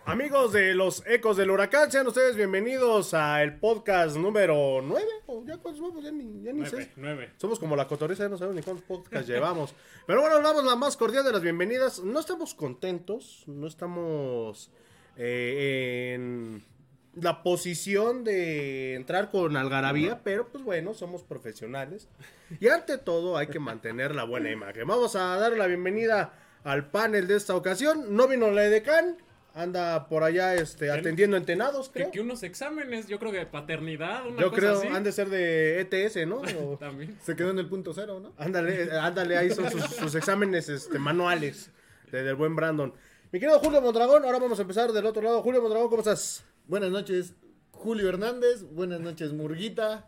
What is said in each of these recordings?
Amigos de los Ecos del Huracán, sean ustedes bienvenidos a el podcast número 9. ¿Ya cuántos somos? Ya ni sé. 9. Somos como la cotorriza, ya no sabemos ni cuántos podcasts llevamos. Pero bueno, damos la más cordial de las bienvenidas. No estamos contentos, no estamos en la posición de entrar con algarabía, pero pues bueno, somos profesionales. Y ante todo hay que mantener la buena imagen. Vamos a dar la bienvenida al panel de esta ocasión. No vino la edecán. Anda por allá atendiendo entenados, creo. Que unos exámenes, yo creo que de paternidad, una Yo cosa creo, así. han de ser de ETS, ¿no? O, También. Se quedó en el punto cero, ¿no? ándale, ahí son sus exámenes manuales del buen Brandon. Mi querido Julio Mondragón, ahora vamos a empezar del otro lado. Julio Mondragón, ¿cómo estás? Buenas noches, Julio Hernández. Buenas noches, Murguita.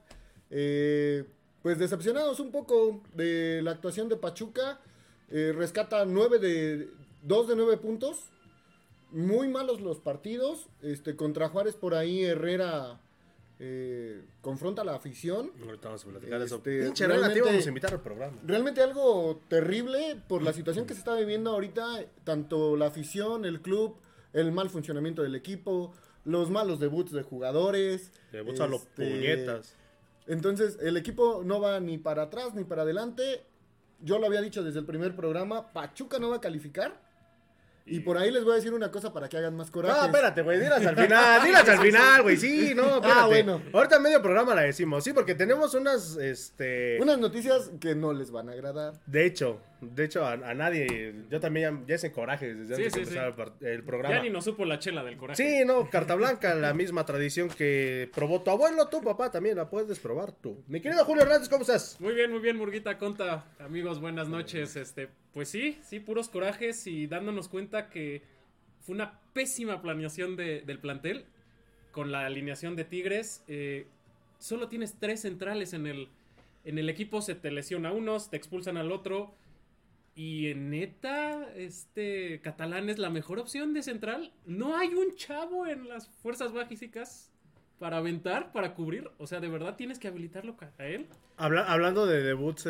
Pues decepcionados un poco de la actuación de Pachuca. Rescata 2 de 9 puntos. Muy malos los partidos. Contra Juárez por ahí Herrera confronta a la afición. Ahorita vamos a platicar de eso. Pinche Herrera, te íbamos realmente- a invitar al programa. Realmente algo terrible por la situación que se está viviendo ahorita, tanto la afición, el club, el mal funcionamiento del equipo, los malos debuts de jugadores. Debuts a los puñetas. Entonces, el equipo no va ni para atrás ni para adelante. Yo lo había dicho desde el primer programa, Pachuca no va a calificar. Y por ahí les voy a decir una cosa para que hagan más coraje. No, espérate, güey, dilas al final, güey, sí, no, espérate. Bueno. Ahorita en medio programa la decimos, sí, porque tenemos unas, Unas noticias que no les van a agradar. De hecho, a nadie, yo también ya ese coraje desde antes de Sí. empezar el programa. Ya ni nos supo la chela del coraje. Sí, no, carta blanca, la misma tradición que probó tu abuelo, tu papá también la puedes probar tú. Mi querido Julio Hernández, ¿cómo estás? Muy bien, Murguita Conta. Amigos, buenas noches. Pues sí, puros corajes y dándonos cuenta que fue una pésima planeación del plantel con la alineación de Tigres. Solo tienes 3 centrales en el equipo, se te lesiona uno, te expulsan al otro. Y en neta, Catalán es la mejor opción de central. No hay un chavo en las fuerzas básicas para aventar, para cubrir. O sea, de verdad tienes que habilitarlo a él. Hablando de debuts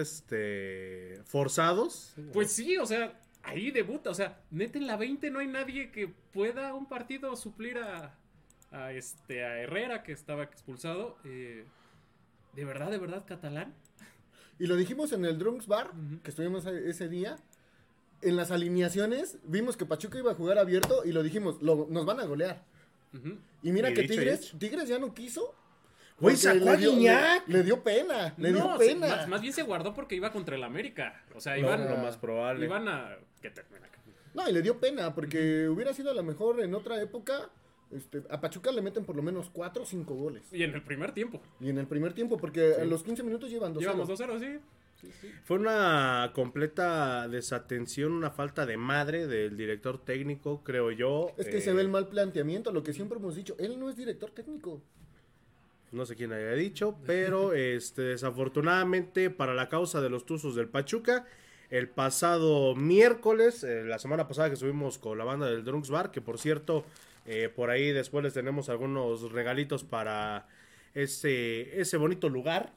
forzados. Pues sí, o sea, ahí debuta. O sea, neta en la 20 no hay nadie que pueda un partido suplir a Herrera, que estaba expulsado. De verdad, Catalán. Y lo dijimos en el Drunks Bar, que estuvimos ese día. En las alineaciones vimos que Pachuca iba a jugar abierto y lo dijimos, nos van a golear. Ujú. Y mira Y que dicho y hecho. Tigres ya no quiso. Güey, porque sacó a Guiñac. Le dio pena, le dio No, sí, pena. más bien se guardó porque iba contra el América. O sea, No, iban, lo más probable. iban a... ¿Qué te- No, y le dio pena, porque hubiera sido a lo mejor en otra época, a Pachuca le meten por lo menos 4 o 5 goles. Y en el primer tiempo. Y en el primer tiempo, porque a los 15 minutos llevan 2-0. Llevamos 2-0, sí. Sí. Fue una completa desatención, una falta de madre del director técnico, creo yo. Es que se ve el mal planteamiento, lo que siempre hemos dicho, él no es director técnico. No sé quién haya dicho, pero desafortunadamente para la causa de los Tuzos del Pachuca, el pasado miércoles, la semana pasada que subimos con la banda del Drunks Bar, que por cierto, por ahí después les tenemos algunos regalitos para ese bonito lugar.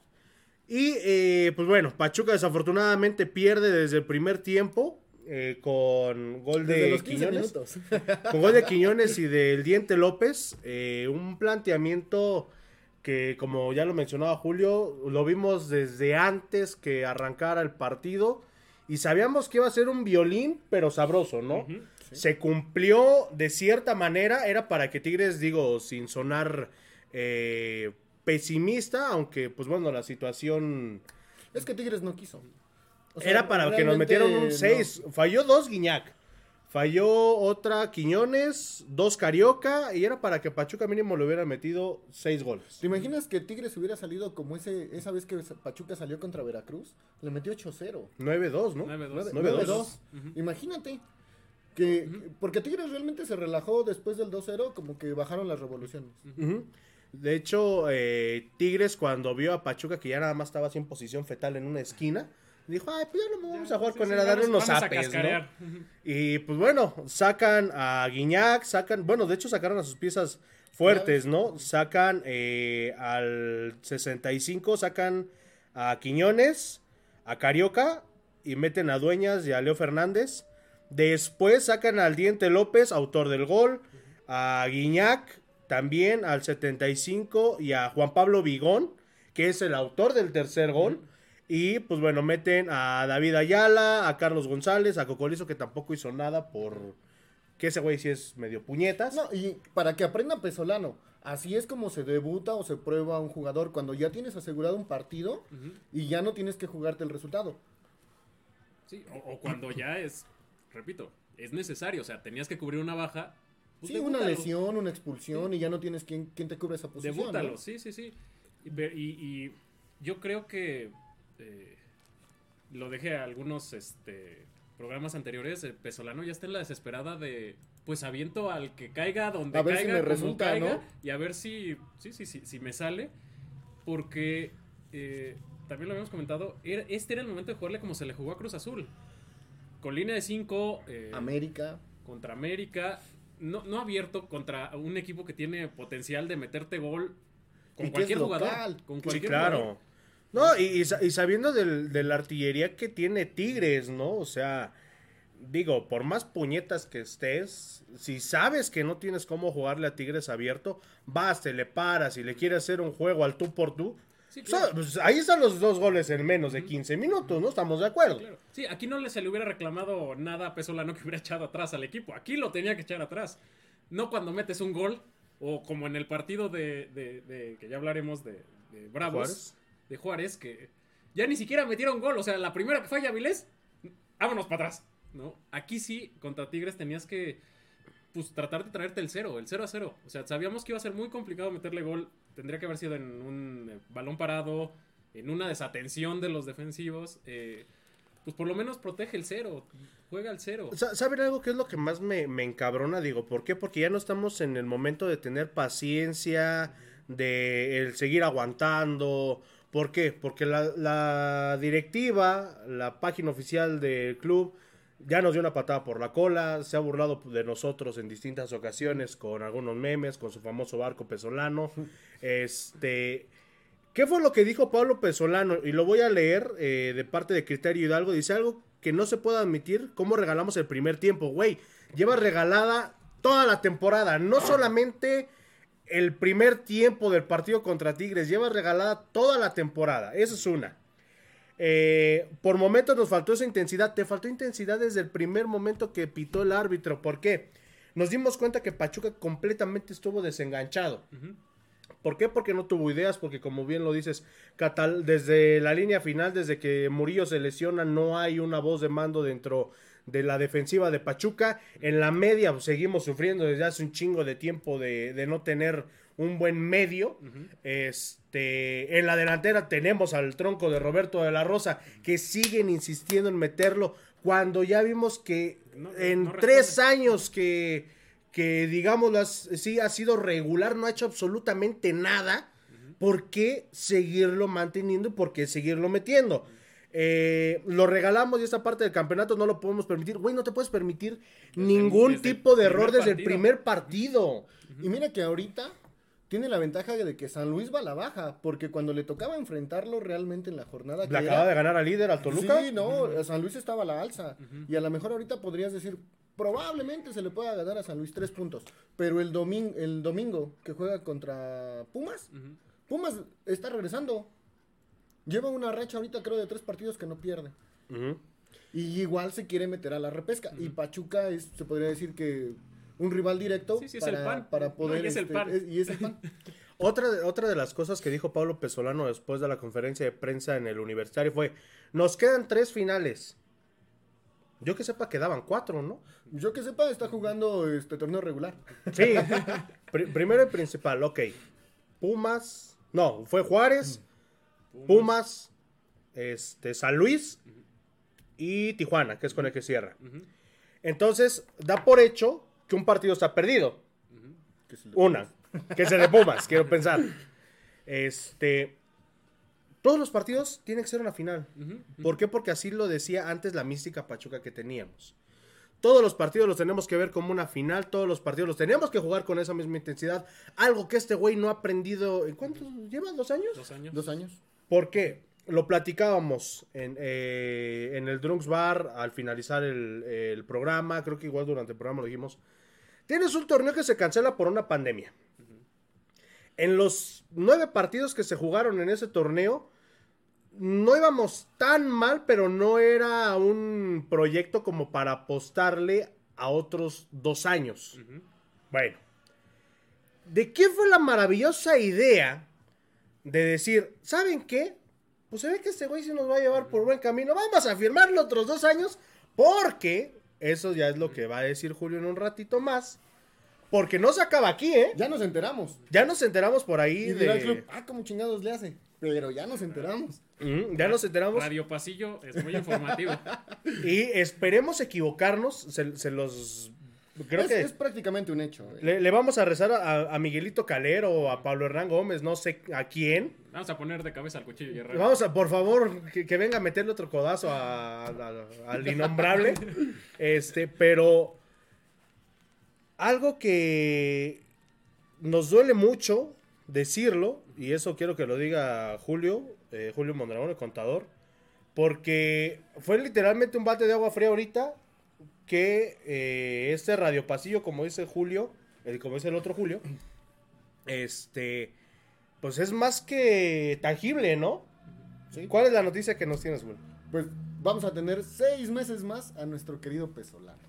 Y pues bueno, Pachuca desafortunadamente pierde desde el primer tiempo con gol Desde de los 15 Quiñones. minutos. Con gol de Quiñones y del Diente López. Un planteamiento que, como ya lo mencionaba Julio, lo vimos desde antes que arrancara el partido. Y sabíamos que iba a ser un violín, pero sabroso, ¿no? Ujú, Se cumplió de cierta manera. Era para que Tigres, digo, sin sonar pesimista, aunque, pues bueno, la situación... Es que Tigres no quiso. O sea, Era para que nos realmente metieran un no. 6. Falló 2 Guiñac. Falló otra Quiñones, 2 Carioca. Y era para que Pachuca mínimo le hubiera metido 6 goles. ¿Te imaginas que Tigres hubiera salido como esa vez que Pachuca salió contra Veracruz? Le metió 8-0. 9-2, ¿no? 9-2. 9-2. Imagínate. Porque Tigres realmente se relajó después del 2-0, como que bajaron las revoluciones. Ujú. De hecho, Tigres cuando vio a Pachuca que ya nada más estaba así en posición fetal en una esquina, dijo, ay, pues ya no vamos a jugar Sí, con sí, él, a darle unos vamos a zapes, ¿no? cascarear. Ujú. Y pues bueno, sacan a Guiñac, bueno, de hecho sacaron a sus piezas fuertes, ¿no? Sacan al 65, sacan a Quiñones, a Carioca y meten a Dueñas y a Leo Fernández. Después sacan al Diente López, autor del gol, a Guiñac también al 75 y a Juan Pablo Vigón, que es el autor del tercer gol. Y pues bueno, meten a David Ayala, a Carlos González, a Cocolizo, que tampoco hizo nada por que ese güey sí es medio puñetas. No, y para que aprenda Pesolano, así es como se debuta o se prueba un jugador cuando ya tienes asegurado un partido y ya no tienes que jugarte el resultado. Sí, o cuando ya es, repito, es necesario, o sea, tenías que cubrir una baja. Pues Sí, debútalo. una lesión, una expulsión y ya no tienes quien te cubre esa posición. Debútalo, ¿no? sí. Y yo creo que lo dejé a algunos programas anteriores. Pesolano ya está en la desesperada de pues aviento al que caiga donde A ver caiga, si me como resulta, caiga, ¿no? y a ver si me sale. Porque también lo habíamos comentado, este era el momento de jugarle como se le jugó a Cruz Azul. Con línea de 5 América. contra América, no abierto contra un equipo que tiene potencial de meterte gol con Y que cualquier es jugador. local. Con Sí, cualquier claro. jugador. No, y sabiendo de la artillería que tiene Tigres, ¿no? O sea, digo, por más puñetas que estés, si sabes que no tienes cómo jugarle a Tigres abierto, vas, te le paras y le quieres hacer un juego al tú por tú. Sí, O sea, claro. pues ahí están los 2 goles en menos de 15 minutos, ¿no? Estamos de acuerdo. Claro. Sí, aquí no se le hubiera reclamado nada a Pesolano que hubiera echado atrás al equipo. Aquí lo tenía que echar atrás. No cuando metes un gol, o como en el partido de que ya hablaremos de Bravos, ¿Juárez? de Juárez, que ya ni siquiera metieron gol. O sea, la primera que falla Avilés, vámonos para atrás, ¿no? Aquí sí, contra Tigres tenías que pues tratar de traerte el 0-0. O sea, sabíamos que iba a ser muy complicado meterle gol. Tendría que haber sido en un balón parado, en una desatención de los defensivos. Pues por lo menos protege el 0, juega el 0. ¿Saben algo que es lo que más me encabrona? Digo, ¿por qué? Porque ya no estamos en el momento de tener paciencia, de el seguir aguantando. ¿Por qué? Porque la directiva, la página oficial del club, ya nos dio una patada por la cola, se ha burlado de nosotros en distintas ocasiones con algunos memes, con su famoso barco Pesolano. ¿Qué fue lo que dijo Pablo Pesolano? Y lo voy a leer de parte de Criterio Hidalgo. Dice algo que no se puede admitir, cómo regalamos el primer tiempo. Güey, lleva regalada toda la temporada, no solamente el primer tiempo del partido contra Tigres, lleva regalada toda la temporada. Esa es una. Por momentos nos faltó esa intensidad. Te faltó intensidad desde el primer momento que pitó el árbitro. ¿Por qué? Nos dimos cuenta que Pachuca completamente estuvo desenganchado. ¿Por qué? Porque no tuvo ideas, porque como bien lo dices, desde la línea final, desde que Murillo se lesiona, no hay una voz de mando dentro de la defensiva de Pachuca. En la media pues, seguimos sufriendo desde hace un chingo de tiempo de no tener un buen medio. En la delantera tenemos al tronco de Roberto de la Rosa, que siguen insistiendo en meterlo, cuando ya vimos que en 3 años que digámoslo, sí ha sido regular, no ha hecho absolutamente nada. ¿Por qué seguirlo manteniendo y por qué seguirlo metiendo? Lo regalamos y esta parte del campeonato no lo podemos permitir. Güey, no te puedes permitir ningún tipo de error desde el primer partido. Y mira que ahorita tiene la ventaja de que San Luis va a la baja, porque cuando le tocaba enfrentarlo realmente en la jornada ¿Le acaba de ganar al líder, al Toluca? Sí, no, San Luis estaba a la alza. Y a lo mejor ahorita podrías decir, probablemente se le pueda ganar a San Luis 3 puntos. Pero el domingo que juega contra Pumas, Pumas está regresando. Lleva una racha ahorita creo de 3 partidos que no pierde. Y igual se quiere meter a la repesca. Y Pachuca se podría decir que un rival directo Sí, es el pan. para poder... No, y es el pan. Y es el pan. Otra de las cosas que dijo Pablo Pesolano después de la conferencia de prensa en el Universitario fue, nos quedan 3 finales. Yo que sepa quedaban 4, ¿no? Yo que sepa está jugando torneo regular. Sí, primero y principal, ok. Pumas, no, fue Juárez, Pumas, San Luis y Tijuana, que es con el que cierra. Entonces, da por hecho que un partido está perdido. Una, que es el de Pumas, quiero pensar. Todos los partidos tienen que ser una final. ¿Por qué? Porque así lo decía antes la mística Pachuca que teníamos. Todos los partidos los tenemos que ver como una final, todos los partidos los tenemos que jugar con esa misma intensidad. Algo que este güey no ha aprendido. ¿En cuánto lleva? ¿2 años? 2 años. 2 años. ¿Por qué? Lo platicábamos en el Drunks Bar al finalizar el programa. Creo que igual durante el programa lo dijimos. Tienes un torneo que se cancela por una pandemia. En los 9 partidos que se jugaron en ese torneo, no íbamos tan mal, pero no era un proyecto como para apostarle a otros 2 años. Bueno, ¿de qué fue la maravillosa idea de decir, ¿saben qué? Pues se ve que este güey sí nos va a llevar por buen camino. Vamos a firmarlo otros 2 años, porque eso ya es lo que va a decir Julio en un ratito más. Porque no se acaba aquí, ¿eh? Ya nos enteramos. Ya nos enteramos por ahí Y dirá el club, ¿cómo chingados le hace? Pero ya nos enteramos. Ya nos enteramos. Radio Pasillo es muy informativo. Y esperemos equivocarnos. Se los... Creo que Es prácticamente un hecho. le vamos a rezar a Miguelito Calero o a Pablo Hernán Gómez, no sé a quién. Vamos a poner de cabeza al cuchillo guerrero. Vamos a, por favor, que venga a meterle otro codazo al innombrable. Pero algo que nos duele mucho decirlo, y eso quiero que lo diga Julio Mondragón, el contador, porque fue literalmente un bate de agua fría ahorita que este Radio Pasillo, como dice Julio, como dice el otro Julio, pues es más que tangible, ¿no? ¿Sí? ¿Cuál es la noticia que nos tienes, Will? Pues vamos a tener 6 meses más a nuestro querido Pesolano.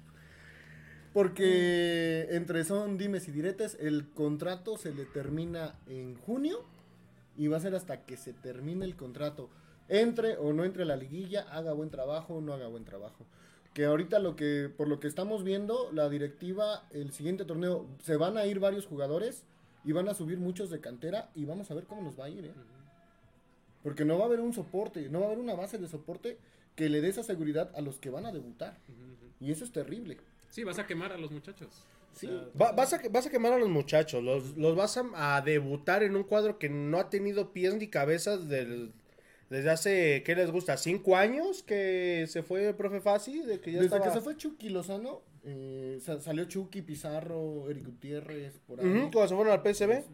Porque entre son dimes y diretes, el contrato se le termina en junio y va a ser hasta que se termine el contrato. Entre o no entre a la liguilla, haga buen trabajo o no haga buen trabajo. Que ahorita por lo que estamos viendo, la directiva, el siguiente torneo, se van a ir varios jugadores y van a subir muchos de cantera y vamos a ver cómo nos va a ir, Porque no va a haber un soporte, no va a haber una base de soporte que le dé esa seguridad a los que van a debutar. Y eso es terrible. Sí, vas a quemar a los muchachos. Sí. Vas a quemar a los muchachos, los vas a debutar en un cuadro que no ha tenido pies ni cabezas desde hace, ¿qué les gusta? ¿5 años que se fue el profe Fassi? Desde que se fue Chucky Lozano, salió Chucky, Pizarro, Eric Gutiérrez, por ahí. Cuando se fueron al PSV.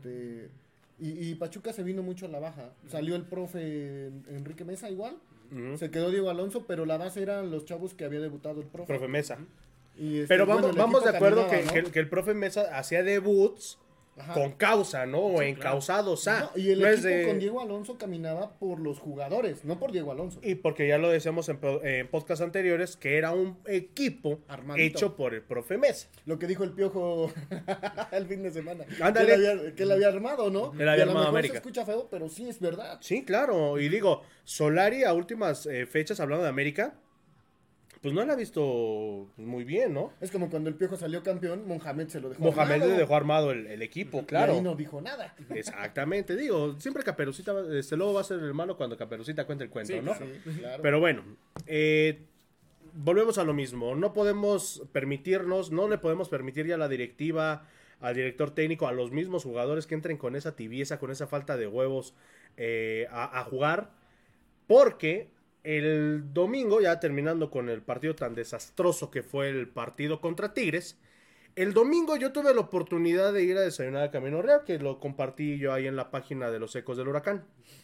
Y Pachuca se vino mucho a la baja. Salió el profe Enrique Mesa igual. Se quedó Diego Alonso, pero la base eran los chavos que había debutado el profe. Mesa. Y pero vamos de acuerdo caminaba, que el profe Mesa hacía debuts con causa, ¿no? O encausados y el equipo con Diego Alonso caminaba por los jugadores, no por Diego Alonso. Y porque ya lo decíamos en podcasts anteriores, que era un equipo Armadito. hecho por el profe Mesa. Lo que dijo el Piojo el fin de semana. Ándale. Que él había armado, ¿no? Él había y a lo armado mejor América. se escucha feo, pero sí es verdad. Sí, claro. Y digo, Solari a últimas fechas, hablando de América, pues no la ha visto muy bien, ¿no? Es como cuando el Piojo salió campeón, Mohamed se lo dejó Mohamed armado. le dejó armado el equipo, claro. Y ahí no dijo nada. Exactamente, digo, siempre Caperucita, luego va a ser el malo cuando Caperucita cuenta el cuento, Sí, ¿no? claro. Sí, claro. Pero bueno, volvemos a lo mismo. No podemos permitirnos, no le podemos permitir ya a la directiva, al director técnico, a los mismos jugadores que entren con esa tibieza, con esa falta de huevos a jugar, porque el domingo, ya terminando con el partido tan desastroso que fue el partido contra Tigres, el domingo yo tuve la oportunidad de ir a desayunar al Camino Real, que lo compartí yo ahí en la página de los Ecos del Huracán.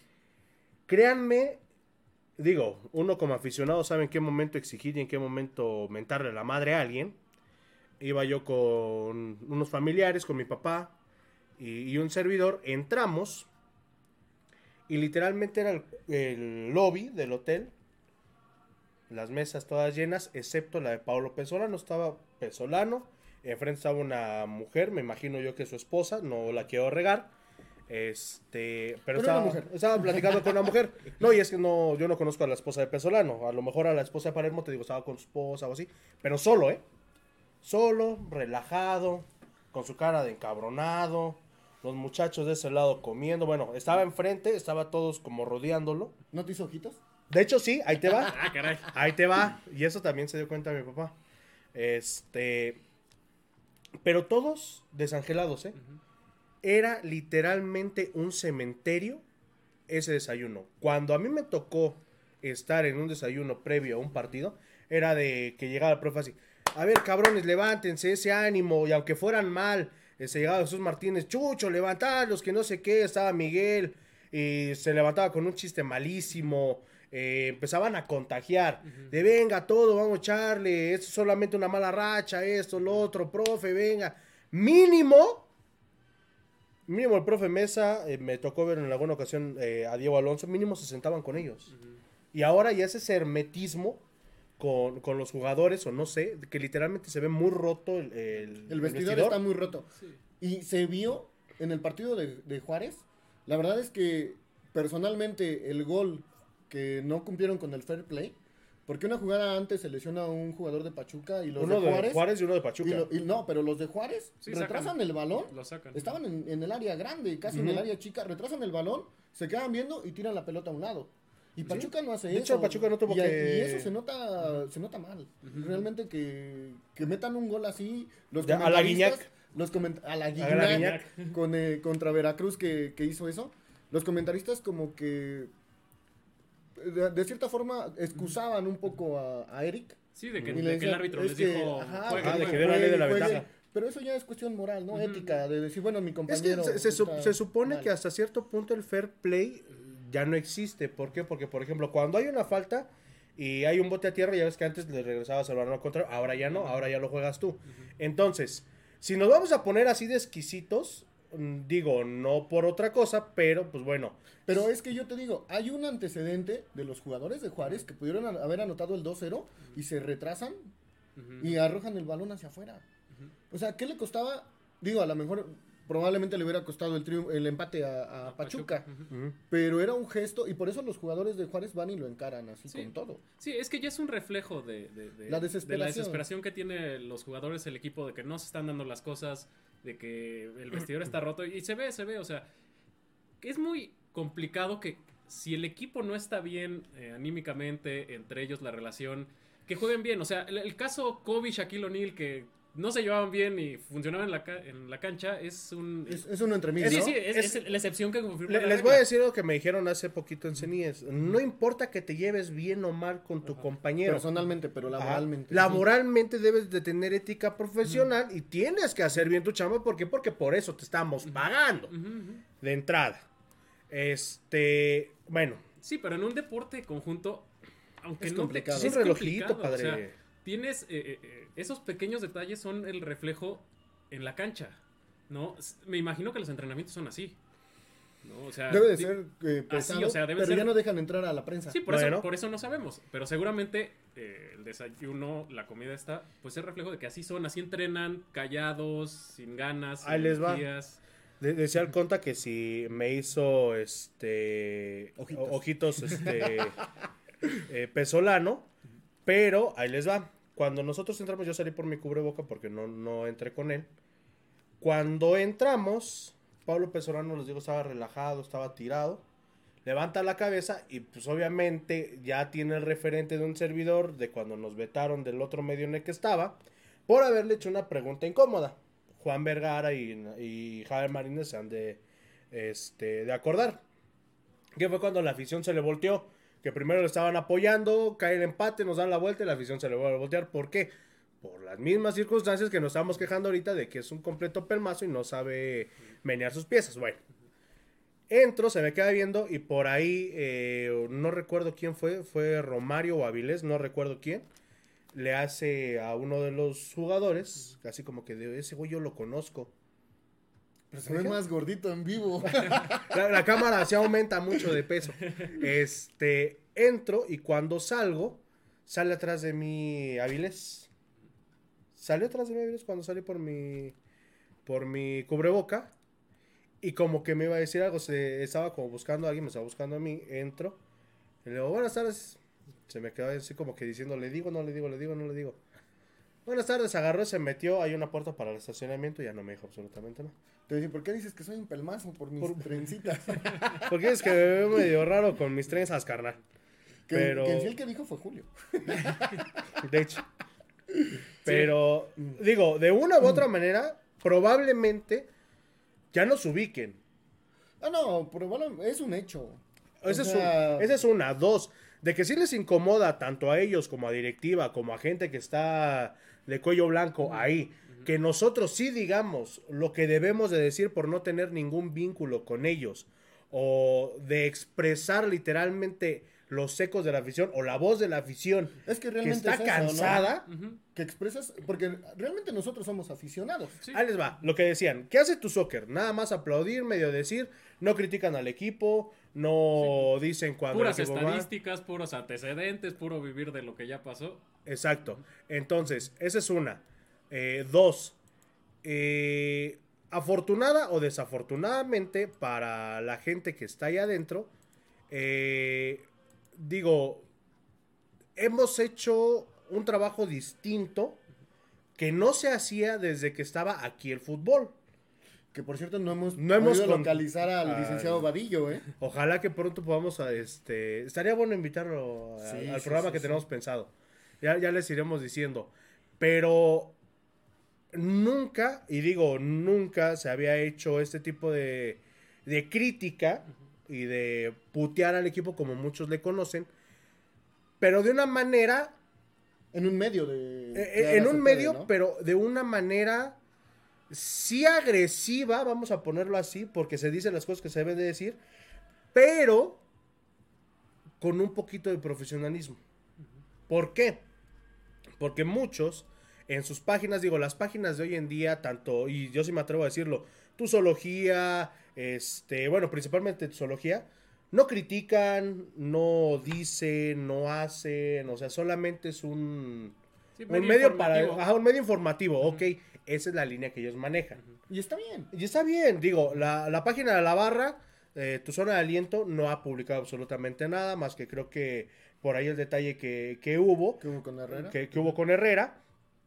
Créanme, digo, uno como aficionado sabe en qué momento exigir y en qué momento mentarle la madre a alguien. Iba yo con unos familiares, con mi papá y un servidor, entramos y literalmente era el lobby del hotel, las mesas todas llenas, excepto la de Paulo Pesolano. Estaba Pesolano, enfrente estaba una mujer, me imagino yo que es su esposa, no la quiero regar, pero estaba platicando con una mujer. No, y es que no, yo no conozco a la esposa de Pesolano, a lo mejor a la esposa de Palermo, te digo, estaba con su esposa o así, pero solo, solo, relajado, con su cara de encabronado. Los muchachos de ese lado comiendo. Bueno, estaba enfrente, estaba todos como rodeándolo. ¿No te hizo ojitos? De hecho, sí, ahí te va. Ah, caray. Ahí te va. Y eso también se dio cuenta mi papá. Pero todos desangelados, Era literalmente un cementerio ese desayuno. Cuando a mí me tocó estar en un desayuno previo a un partido, era de que llegaba el profe así: a ver, cabrones, levántense, ese ánimo. Y aunque fueran mal, se llegaba Jesús Martínez: Chucho, levantarlos, que no sé qué. Estaba Miguel y se levantaba con un chiste malísimo. empezaban a contagiar. De venga, todo, vamos a echarle, esto es solamente una mala racha, esto, lo otro, profe, venga. Mínimo el profe Mesa, me tocó ver en alguna ocasión a Diego Alonso, mínimo se sentaban con ellos. Y ahora ya ese hermetismo con los jugadores, o no sé, que literalmente se ve muy roto el vestidor está muy roto. Sí. Y se vio en el partido de Juárez. La verdad es que personalmente el gol que no cumplieron con el fair play, porque una jugada antes se lesiona a un jugador de Pachuca y los uno de Juárez y uno de Pachuca. No, pero los de Juárez retrasan sacan el balón. lo sacan. Estaban en el área grande, casi en el área chica. Retrasan el balón, se quedan viendo y tiran la pelota a un lado. Y Pachuca no hace eso. De hecho, Pachuca no tuvo y eso se nota mal. Realmente que metan un gol así. A la Guiñac. A la Guiñac contra Veracruz que hizo eso. Los comentaristas como que de cierta forma excusaban un poco a Eric. Sí, de que el árbitro les dijo... de que dieron ley de la ventaja. Pero eso ya es cuestión moral, ¿no? Ética, de decir, bueno, mi compañero... Es que se supone que hasta cierto punto el fair play ya no existe. ¿Por qué? Porque, por ejemplo, cuando hay una falta y hay un bote a tierra, ya ves que antes le regresabas al balón al contrario, ahora ya no, ahora ya lo juegas tú. Entonces, si nos vamos a poner así de exquisitos, digo, no por otra cosa, pero pues bueno. Pero es que yo te digo, hay un antecedente de los jugadores de Juárez que pudieron haber anotado el 2-0 y se retrasan y arrojan el balón hacia afuera. O sea, ¿qué le costaba? Digo, a lo mejor probablemente le hubiera costado el empate a Pachuca, pero era un gesto y por eso los jugadores de Juárez van y lo encaran así con todo. Sí, es que ya es un reflejo de la desesperación que tienen los jugadores, el equipo, de que no se están dando las cosas, de que el vestidor está roto y se ve, o sea, que es muy complicado que si el equipo no está bien anímicamente, entre ellos la relación, que jueguen bien. O sea, el caso Kobe y Shaquille O'Neal, que no se llevaban bien y funcionaban en la cancha, es uno entre mil, Sí, ¿no? sí, es la excepción que confirma les voy a decir lo que me dijeron hace poquito en CENIES. No importa que te lleves bien o mal con tu compañero. Personalmente, pero laboralmente. Laboralmente debes de tener ética profesional y tienes que hacer bien tu chamba. ¿Por qué? Porque por eso te estamos pagando de entrada. Bueno. Sí, pero en un deporte conjunto, aunque es no complicado. Es un relojito, padre. O sea, tienes esos pequeños detalles son el reflejo en la cancha, ¿no? Me imagino que los entrenamientos son así, ¿no? O sea, debe de ser pesado, así, o sea, pero ser... ya no dejan entrar a la prensa. Sí, por eso no sabemos, pero seguramente el desayuno, la comida está, pues es reflejo de que así son, así entrenan, callados, sin ganas, ahí les va. Decía el Conta que si me hizo ojitos Pesolano, pero ahí les va. Cuando nosotros entramos, yo salí por mi cubreboca porque no entré con él. Cuando entramos, Pablo Pesolano, les digo, estaba relajado, estaba tirado. Levanta la cabeza y pues obviamente ya tiene el referente de un servidor de cuando nos vetaron del otro medio en el que estaba por haberle hecho una pregunta incómoda. Juan Vergara y Javier Marínez se han de acordar. Que fue cuando la afición se le volteó. Que primero le estaban apoyando, cae el empate, nos dan la vuelta y la afición se le vuelve a voltear. ¿Por qué? Por las mismas circunstancias que nos estamos quejando ahorita de que es un completo pelmazo y no sabe menear sus piezas. Bueno, entro, se me queda viendo y por ahí, no recuerdo quién fue Romario o Avilés, no recuerdo quién. Le hace a uno de los jugadores, casi como que de ese güey yo lo conozco. Pero se ve más gordito en vivo. La cámara se aumenta mucho de peso. Entro y cuando salgo, sale atrás de mí Avilés. Salió atrás de mí Avilés cuando salí por mi cubreboca. Y como que me iba a decir algo, estaba como buscando a alguien, me estaba buscando a mí. Entro. Y le digo, buenas tardes. Se me quedó así como que diciendo, le digo, no le digo, le digo, no le digo. Buenas tardes, agarró, se metió, hay una puerta para el estacionamiento y ya no me dijo absolutamente nada. Te dije, ¿por qué dices que soy un pelmazo por mis trencitas? Porque es que me veo medio raro con mis trenzas, carnal. Que en sí el que dijo fue Julio. De hecho. Pero, digo, de una u otra manera, probablemente ya nos ubiquen. Ah, no, probablemente es un hecho. Esa es una. Dos, de que sí les incomoda tanto a ellos como a directiva, como a gente que está de cuello blanco ahí, que nosotros sí digamos lo que debemos de decir por no tener ningún vínculo con ellos, o de expresar literalmente los ecos de la afición o la voz de la afición Es que que realmente está es eso, cansada. Ujú. Que expresas, porque realmente nosotros somos aficionados. Sí. Ahí les va, lo que decían, ¿qué hace tu soccer? Nada más aplaudir, medio decir, no critican al equipo, no dicen cuando Puras el equipo va. estadísticas, puros antecedentes, puro vivir de lo que ya pasó. Exacto. Entonces, esa es una. Dos, afortunada o desafortunadamente para la gente que está ahí adentro, digo, hemos hecho un trabajo distinto que no se hacía desde que estaba aquí el fútbol. Que por cierto no hemos hemos podido con- localizar al licenciado Vadillo, ¿eh? Ojalá que pronto podamos estaría bueno invitarlo Sí, al sí, programa sí, que sí. tenemos pensado. Ya les iremos diciendo. Pero nunca, y digo nunca, se había hecho este tipo de crítica y de putear al equipo como muchos le conocen. Pero de una manera, En un medio de... en ahora un se puede, medio, ¿no? pero de una manera sí agresiva, vamos a ponerlo así, porque se dicen las cosas que se deben de decir, pero con un poquito de profesionalismo. ¿Por qué? Porque muchos en sus páginas, digo, las páginas de hoy en día, tanto, y yo sí me atrevo a decirlo, tu zoología, bueno, principalmente tu zoología, no critican, no dicen, no hacen, o sea, solamente es un Sí, medio para, informativo. un medio informativo, ok, esa es la línea que ellos manejan. Y está bien. Y está bien, digo, la página de la barra, tu zona de aliento, no ha publicado absolutamente nada, más que creo que por ahí el detalle que hubo, Que hubo con Herrera. que hubo con Herrera,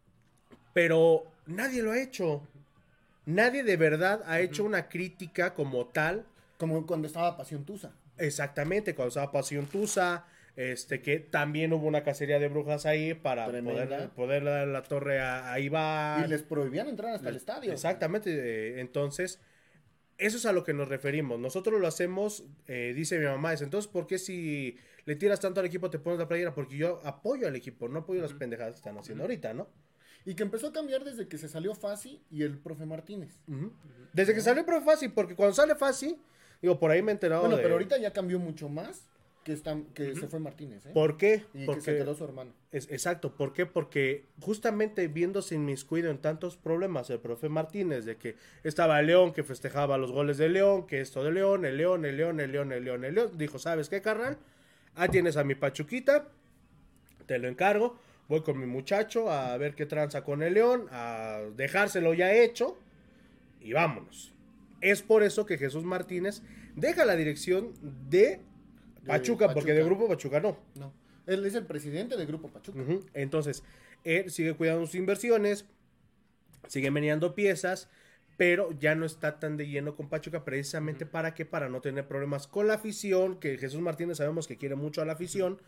pero nadie lo ha hecho. Nadie de verdad ha hecho una crítica como tal. Como cuando estaba Pasión Tusa. Exactamente, cuando estaba Pasión Tusa, que también hubo una cacería de brujas ahí para Tremenda. poder dar la torre a Iván. Y les prohibían entrar hasta el estadio. Exactamente, entonces, eso es a lo que nos referimos. Nosotros lo hacemos, dice mi mamá, es entonces, ¿por qué si le tiras tanto al equipo te pones la playera? Porque yo apoyo al equipo, no apoyo las pendejadas que están haciendo ahorita, ¿no? Y que empezó a cambiar desde que se salió Fassi y el profe Martínez. Ujú. Desde que salió el profe Fassi, porque cuando sale Fassi, digo, por ahí me he enterado Bueno, de... pero ahorita ya cambió mucho más que se fue Martínez, ¿eh? ¿Por qué? Y que Porque... se quedó su hermano. Exacto, ¿por qué? Porque justamente viéndose inmiscuido en tantos problemas el profe Martínez, de que estaba León, que festejaba los goles de León, que esto de León, el León, el León, el León, el León, el León, dijo, ¿sabes qué, carnal? Ahí tienes a mi Pachuquita, te lo encargo, voy con mi muchacho a ver qué tranza con el León, a dejárselo ya hecho, y vámonos. Es por eso que Jesús Martínez deja la dirección de Pachuca, porque de Grupo Pachuca no. No. Él es el presidente del Grupo Pachuca. Ujú. Entonces, él sigue cuidando sus inversiones, sigue meneando piezas, pero ya no está tan de lleno con Pachuca, precisamente para qué, para no tener problemas con la afición, que Jesús Martínez sabemos que quiere mucho a la afición,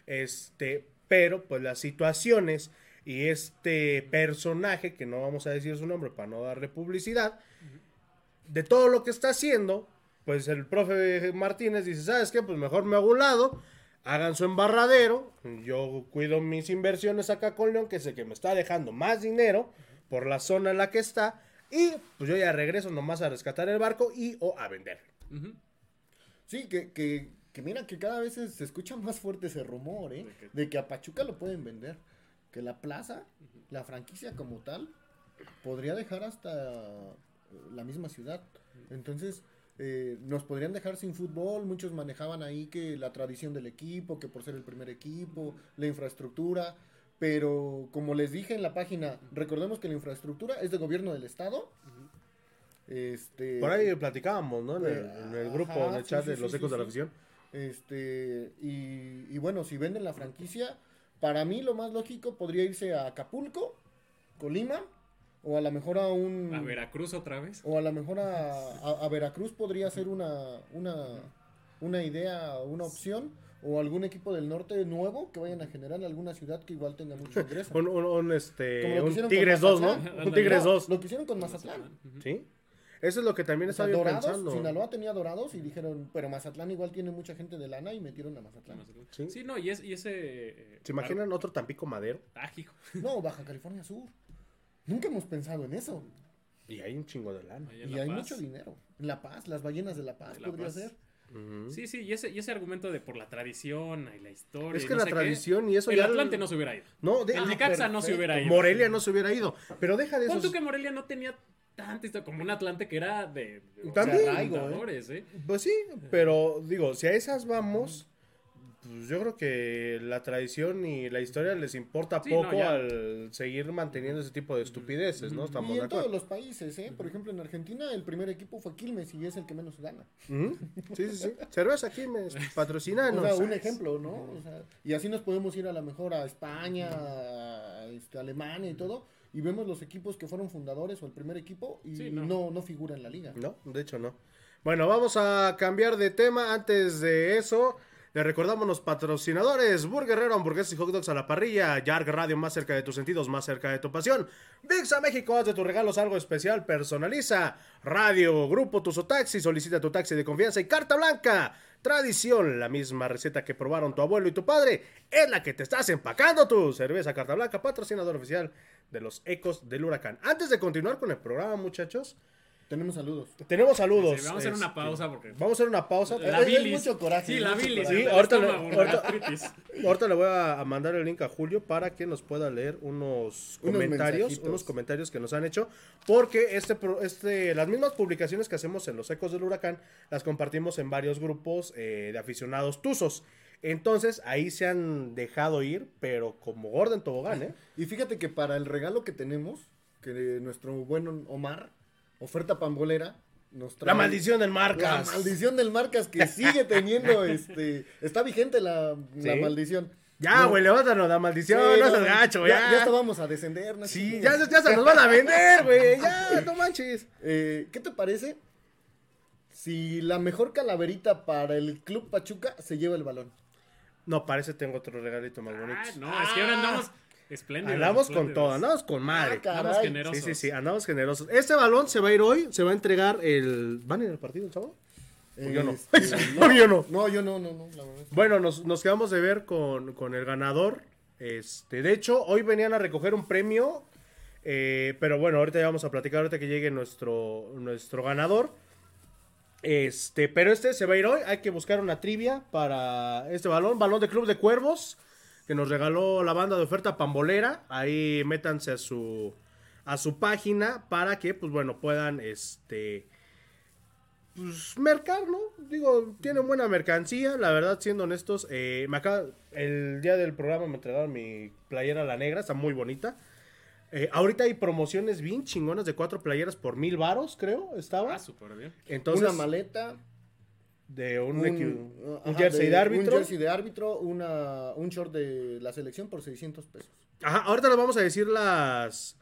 pero pues las situaciones y este personaje, que no vamos a decir su nombre para no darle publicidad, de todo lo que está haciendo, pues el profe Martínez dice, ¿sabes qué? Pues mejor me hago a un lado, hagan su embarradero, yo cuido mis inversiones acá con León, que sé que me está dejando más dinero por la zona en la que está, y pues yo ya regreso nomás a rescatar el barco o a vender. Ujú. Sí, que mira que cada vez se escucha más fuerte ese rumor, ¿eh? De que a Pachuca lo pueden vender. Que la plaza, la franquicia como tal, podría dejar hasta la misma ciudad. Entonces, nos podrían dejar sin fútbol. Muchos manejaban ahí que la tradición del equipo, que por ser el primer equipo, la infraestructura. Pero como les dije en la página, recordemos que la infraestructura es de gobierno del estado. Por ahí platicábamos, ¿no? En el grupo, Ajá, en el sí, chat sí, de los sí, ecos sí, de la sí. afición. Y bueno, si venden la franquicia, para mí lo más lógico podría irse a Acapulco, Colima, o a lo mejor a un... A Veracruz otra vez. O a lo mejor a Veracruz podría ser una idea, una opción, o algún equipo del norte nuevo que vayan a generar alguna ciudad que igual tenga mucho ingreso. Un Como lo que un hicieron Tigres con 2, ¿no? Mazatlán. Un Tigres No, 2. Lo que hicieron con Mazatlán. Ujú. ¿Sí? Eso es lo que también O sea, estaba yo Dorados, pensando. Sinaloa tenía Dorados y dijeron, pero Mazatlán igual tiene mucha gente de lana y metieron a Mazatlán. Sí. Sí, no, y ese... ¿Se imaginan otro Tampico Madero? Ah, hijo. No, Baja California Sur. Nunca hemos pensado en eso. Y hay un chingo de lana. Ahí en Y La hay Paz. mucho dinero. La Paz, las ballenas de La Paz De La podría Paz. ser. Sí, y ese argumento de por la tradición y la historia. Es y que no la sé tradición qué, y eso el ya... Atlante no se hubiera ido. No, El Necaxa no se hubiera ido. Morelia no se hubiera ido. Pero deja de Pon eso. tú que Morelia no tenía tanta historia como un Atlante que era de También. fundadores, ¿eh? Pues sí, pero digo, si a esas vamos, pues yo creo que la tradición y la historia les importa Sí, poco no, ya. al seguir manteniendo ese tipo de estupideces, ¿no? Estamos Y de en todos acuerdo. los países, ¿eh? Por ejemplo, en Argentina el primer equipo fue Quilmes y es el que menos gana. Ujú. Sí. Cerveza Quilmes, patrocinanos. O sea, un ejemplo, ¿no? O sea, y así nos podemos ir a lo mejor a España, a Alemania y todo, y vemos los equipos que fueron fundadores o el primer equipo y Sí, no figura en la liga. No, de hecho no. Bueno, vamos a cambiar de tema. Antes de eso, le recordamos los patrocinadores: Burger Guerrero, hamburguesas y hot dogs a la parrilla. Yarg Radio, más cerca de tus sentidos, más cerca de tu pasión. Vixa México, haz de tus regalos algo especial, personaliza. Radio, Grupo Tuzo Taxi, solicita tu taxi de confianza. Y Carta Blanca, tradición, la misma receta que probaron tu abuelo y tu padre, es la que te estás empacando tú. Cerveza Carta Blanca, patrocinador oficial de los Ecos del Huracán. Antes de continuar con el programa, muchachos, Tenemos saludos. tenemos saludos. Sí, vamos a hacer una pausa porque... Vamos a hacer una pausa. La Es bilis. mucho coraje, Sí, la mucho bilis. coraje. el ahorita le- estómago, la ahorita- gastritis. Ahorita le voy a mandar el link a Julio para que nos pueda leer unos mensajitos. comentarios que nos han hecho, porque las mismas publicaciones que hacemos en los Ecos del Huracán las compartimos en varios grupos de aficionados tuzos. Entonces ahí se han dejado ir, pero como gordo en tobogán, ¿eh? Y fíjate que para el regalo que tenemos, que nuestro buen Omar, oferta pambolera, nos trae... La maldición del La Marcas. maldición del Marcas que sigue teniendo, está vigente la Sí. maldición. Ya, No, güey, levántanos la maldición, sí, no seas gacho, ya. Ya estábamos a descender, ¿no? Sí, ya se nos van a vender, güey, ya, no manches. ¿Qué te parece si la mejor calaverita para el Club Pachuca se lleva el balón? No, parece tengo otro regalito más bonito. No, es que ahora andamos espléndidos. Andamos con espléndidos. todo, andamos con madre. caray. Andamos generosos. Sí, andamos generosos. Este balón se va a ir hoy, se va a entregar el... ¿Van a ir al partido el sábado? Yo no. No, yo no. No, yo no, la verdad. Bueno, nos quedamos de ver con el ganador. De hecho, hoy venían a recoger un premio, pero bueno, ahorita ya vamos a platicar, ahorita que llegue nuestro ganador. Pero se va a ir hoy, hay que buscar una trivia para este balón de Club de Cuervos, que nos regaló la banda de oferta pambolera. Ahí métanse a su página para que, pues bueno, puedan, pues, mercar, ¿no? Digo, tienen buena mercancía, la verdad, siendo honestos. El día del programa me entregaron mi playera La Negra, está muy bonita. Ahorita hay promociones bien chingonas de 4 playeras por 1,000 varos, creo, estaba. Súper bien. Entonces, Una maleta, de un ajá, jersey de árbitro. Un jersey de árbitro, un short de la selección por 600 pesos. Ajá, ahorita les vamos a decir las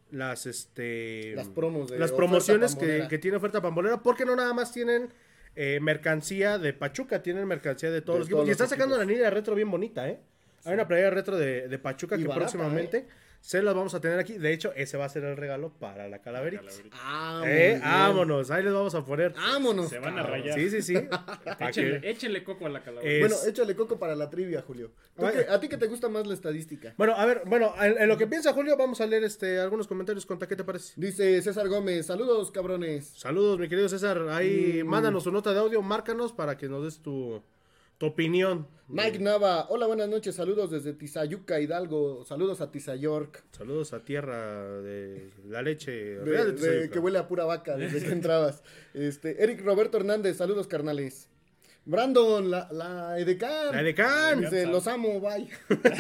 promos de las oferta promociones pambolera. que tiene oferta pambolera, porque no nada más tienen mercancía de Pachuca, tienen mercancía de todos De los equipos. todos Y los está sacando equipos. una línea retro bien bonita, ¿eh? Hay una playera retro de Pachuca Y que barata, próximamente se las vamos a tener aquí. De hecho, ese va a ser el regalo para la calaverita. Ah, muy bien. Vámonos, ahí les vamos a poner. Vámonos. Se van a cabrón. rayar. Sí. Pa' que- Échenle coco a la calavera. Es- Bueno, échale coco para la trivia, Julio. ¿A ti que te gusta más la estadística? Bueno, a ver, en lo que piensa Julio, vamos a leer algunos comentarios. ¿Qué te parece? Dice César Gómez, saludos cabrones. Saludos, mi querido César. Ahí mándanos tu nota de audio, márcanos para que nos des tu opinión. Mike Nava, hola, buenas noches, saludos desde Tizayuca, Hidalgo, saludos a Tizayork, Saludos a tierra de la leche real de de Tizayuca. que huele a pura vaca desde que entrabas. Eric Roberto Hernández, saludos carnales. Brandon, la Edecán. La Edecán. Dice, los amo, bye.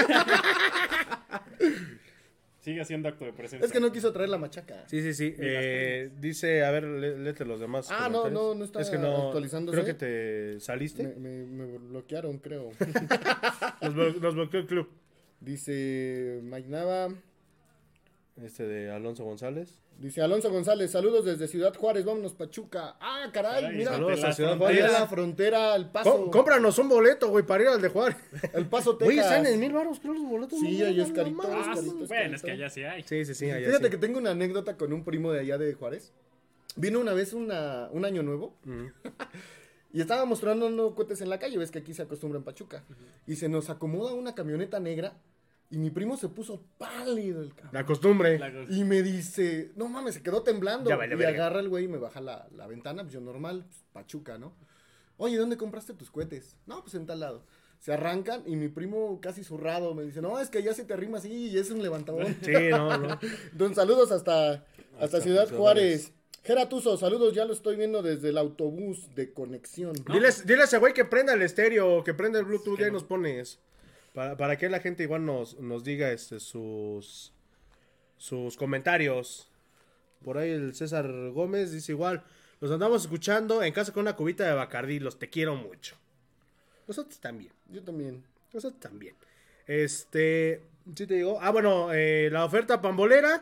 Sigue haciendo acto de presencia. Es que no quiso traer la machaca. Sí. Dice, a ver, léete los demás. Ah, comentarios. no está Es que no, actualizándose. creo que te saliste. Me bloquearon, creo. Nos bloqueó el club. Dice Mike Nava. De Alonso González. Dice Alonso González, saludos desde Ciudad Juárez, vámonos Pachuca. Ah, caray, Caray, mira. saludos de a Ciudad la Juárez. Mira la frontera, El Paso. Cómpranos un boleto, güey, para ir al de Juárez. El Paso, Texas. Güey, están en 1,000 baros, creo, los boletos. Sí, no, ahí es no carito, mames. Ah, carito, es bueno, es carito. que allá sí hay. Sí, allá Fíjate sí. que tengo una anécdota con un primo de allá de Juárez. Vino una vez un año nuevo y estaba mostrando cohetes en la calle. Ves que aquí se acostumbra en Pachuca. Y se nos acomoda una camioneta negra y mi primo se puso pálido el cabrón. La costumbre. Y me dice, no mames, se quedó temblando. Ya vale, y verga. agarra el güey y me baja la ventana, pues yo normal, pues, Pachuca, ¿no? Oye, ¿dónde compraste tus cohetes? No, pues en tal lado. Se arrancan y mi primo casi zurrado me dice, no, es que ya se te arrima así y es un levantadón. Sí, no. Don, saludos hasta Ciudad Ciudad Juárez. Geratuso, saludos, ya lo estoy viendo desde el autobús de conexión. Dile a ese güey que prenda el estéreo, que prenda el Bluetooth, que ya no. nos pones. Para que la gente igual nos diga sus comentarios. Por ahí el César Gómez dice igual, los andamos escuchando en casa con una cubita de Bacardí, los te quiero mucho. Nosotros también. Yo también. Nosotros también. Sí te digo. Bueno, la oferta pambolera.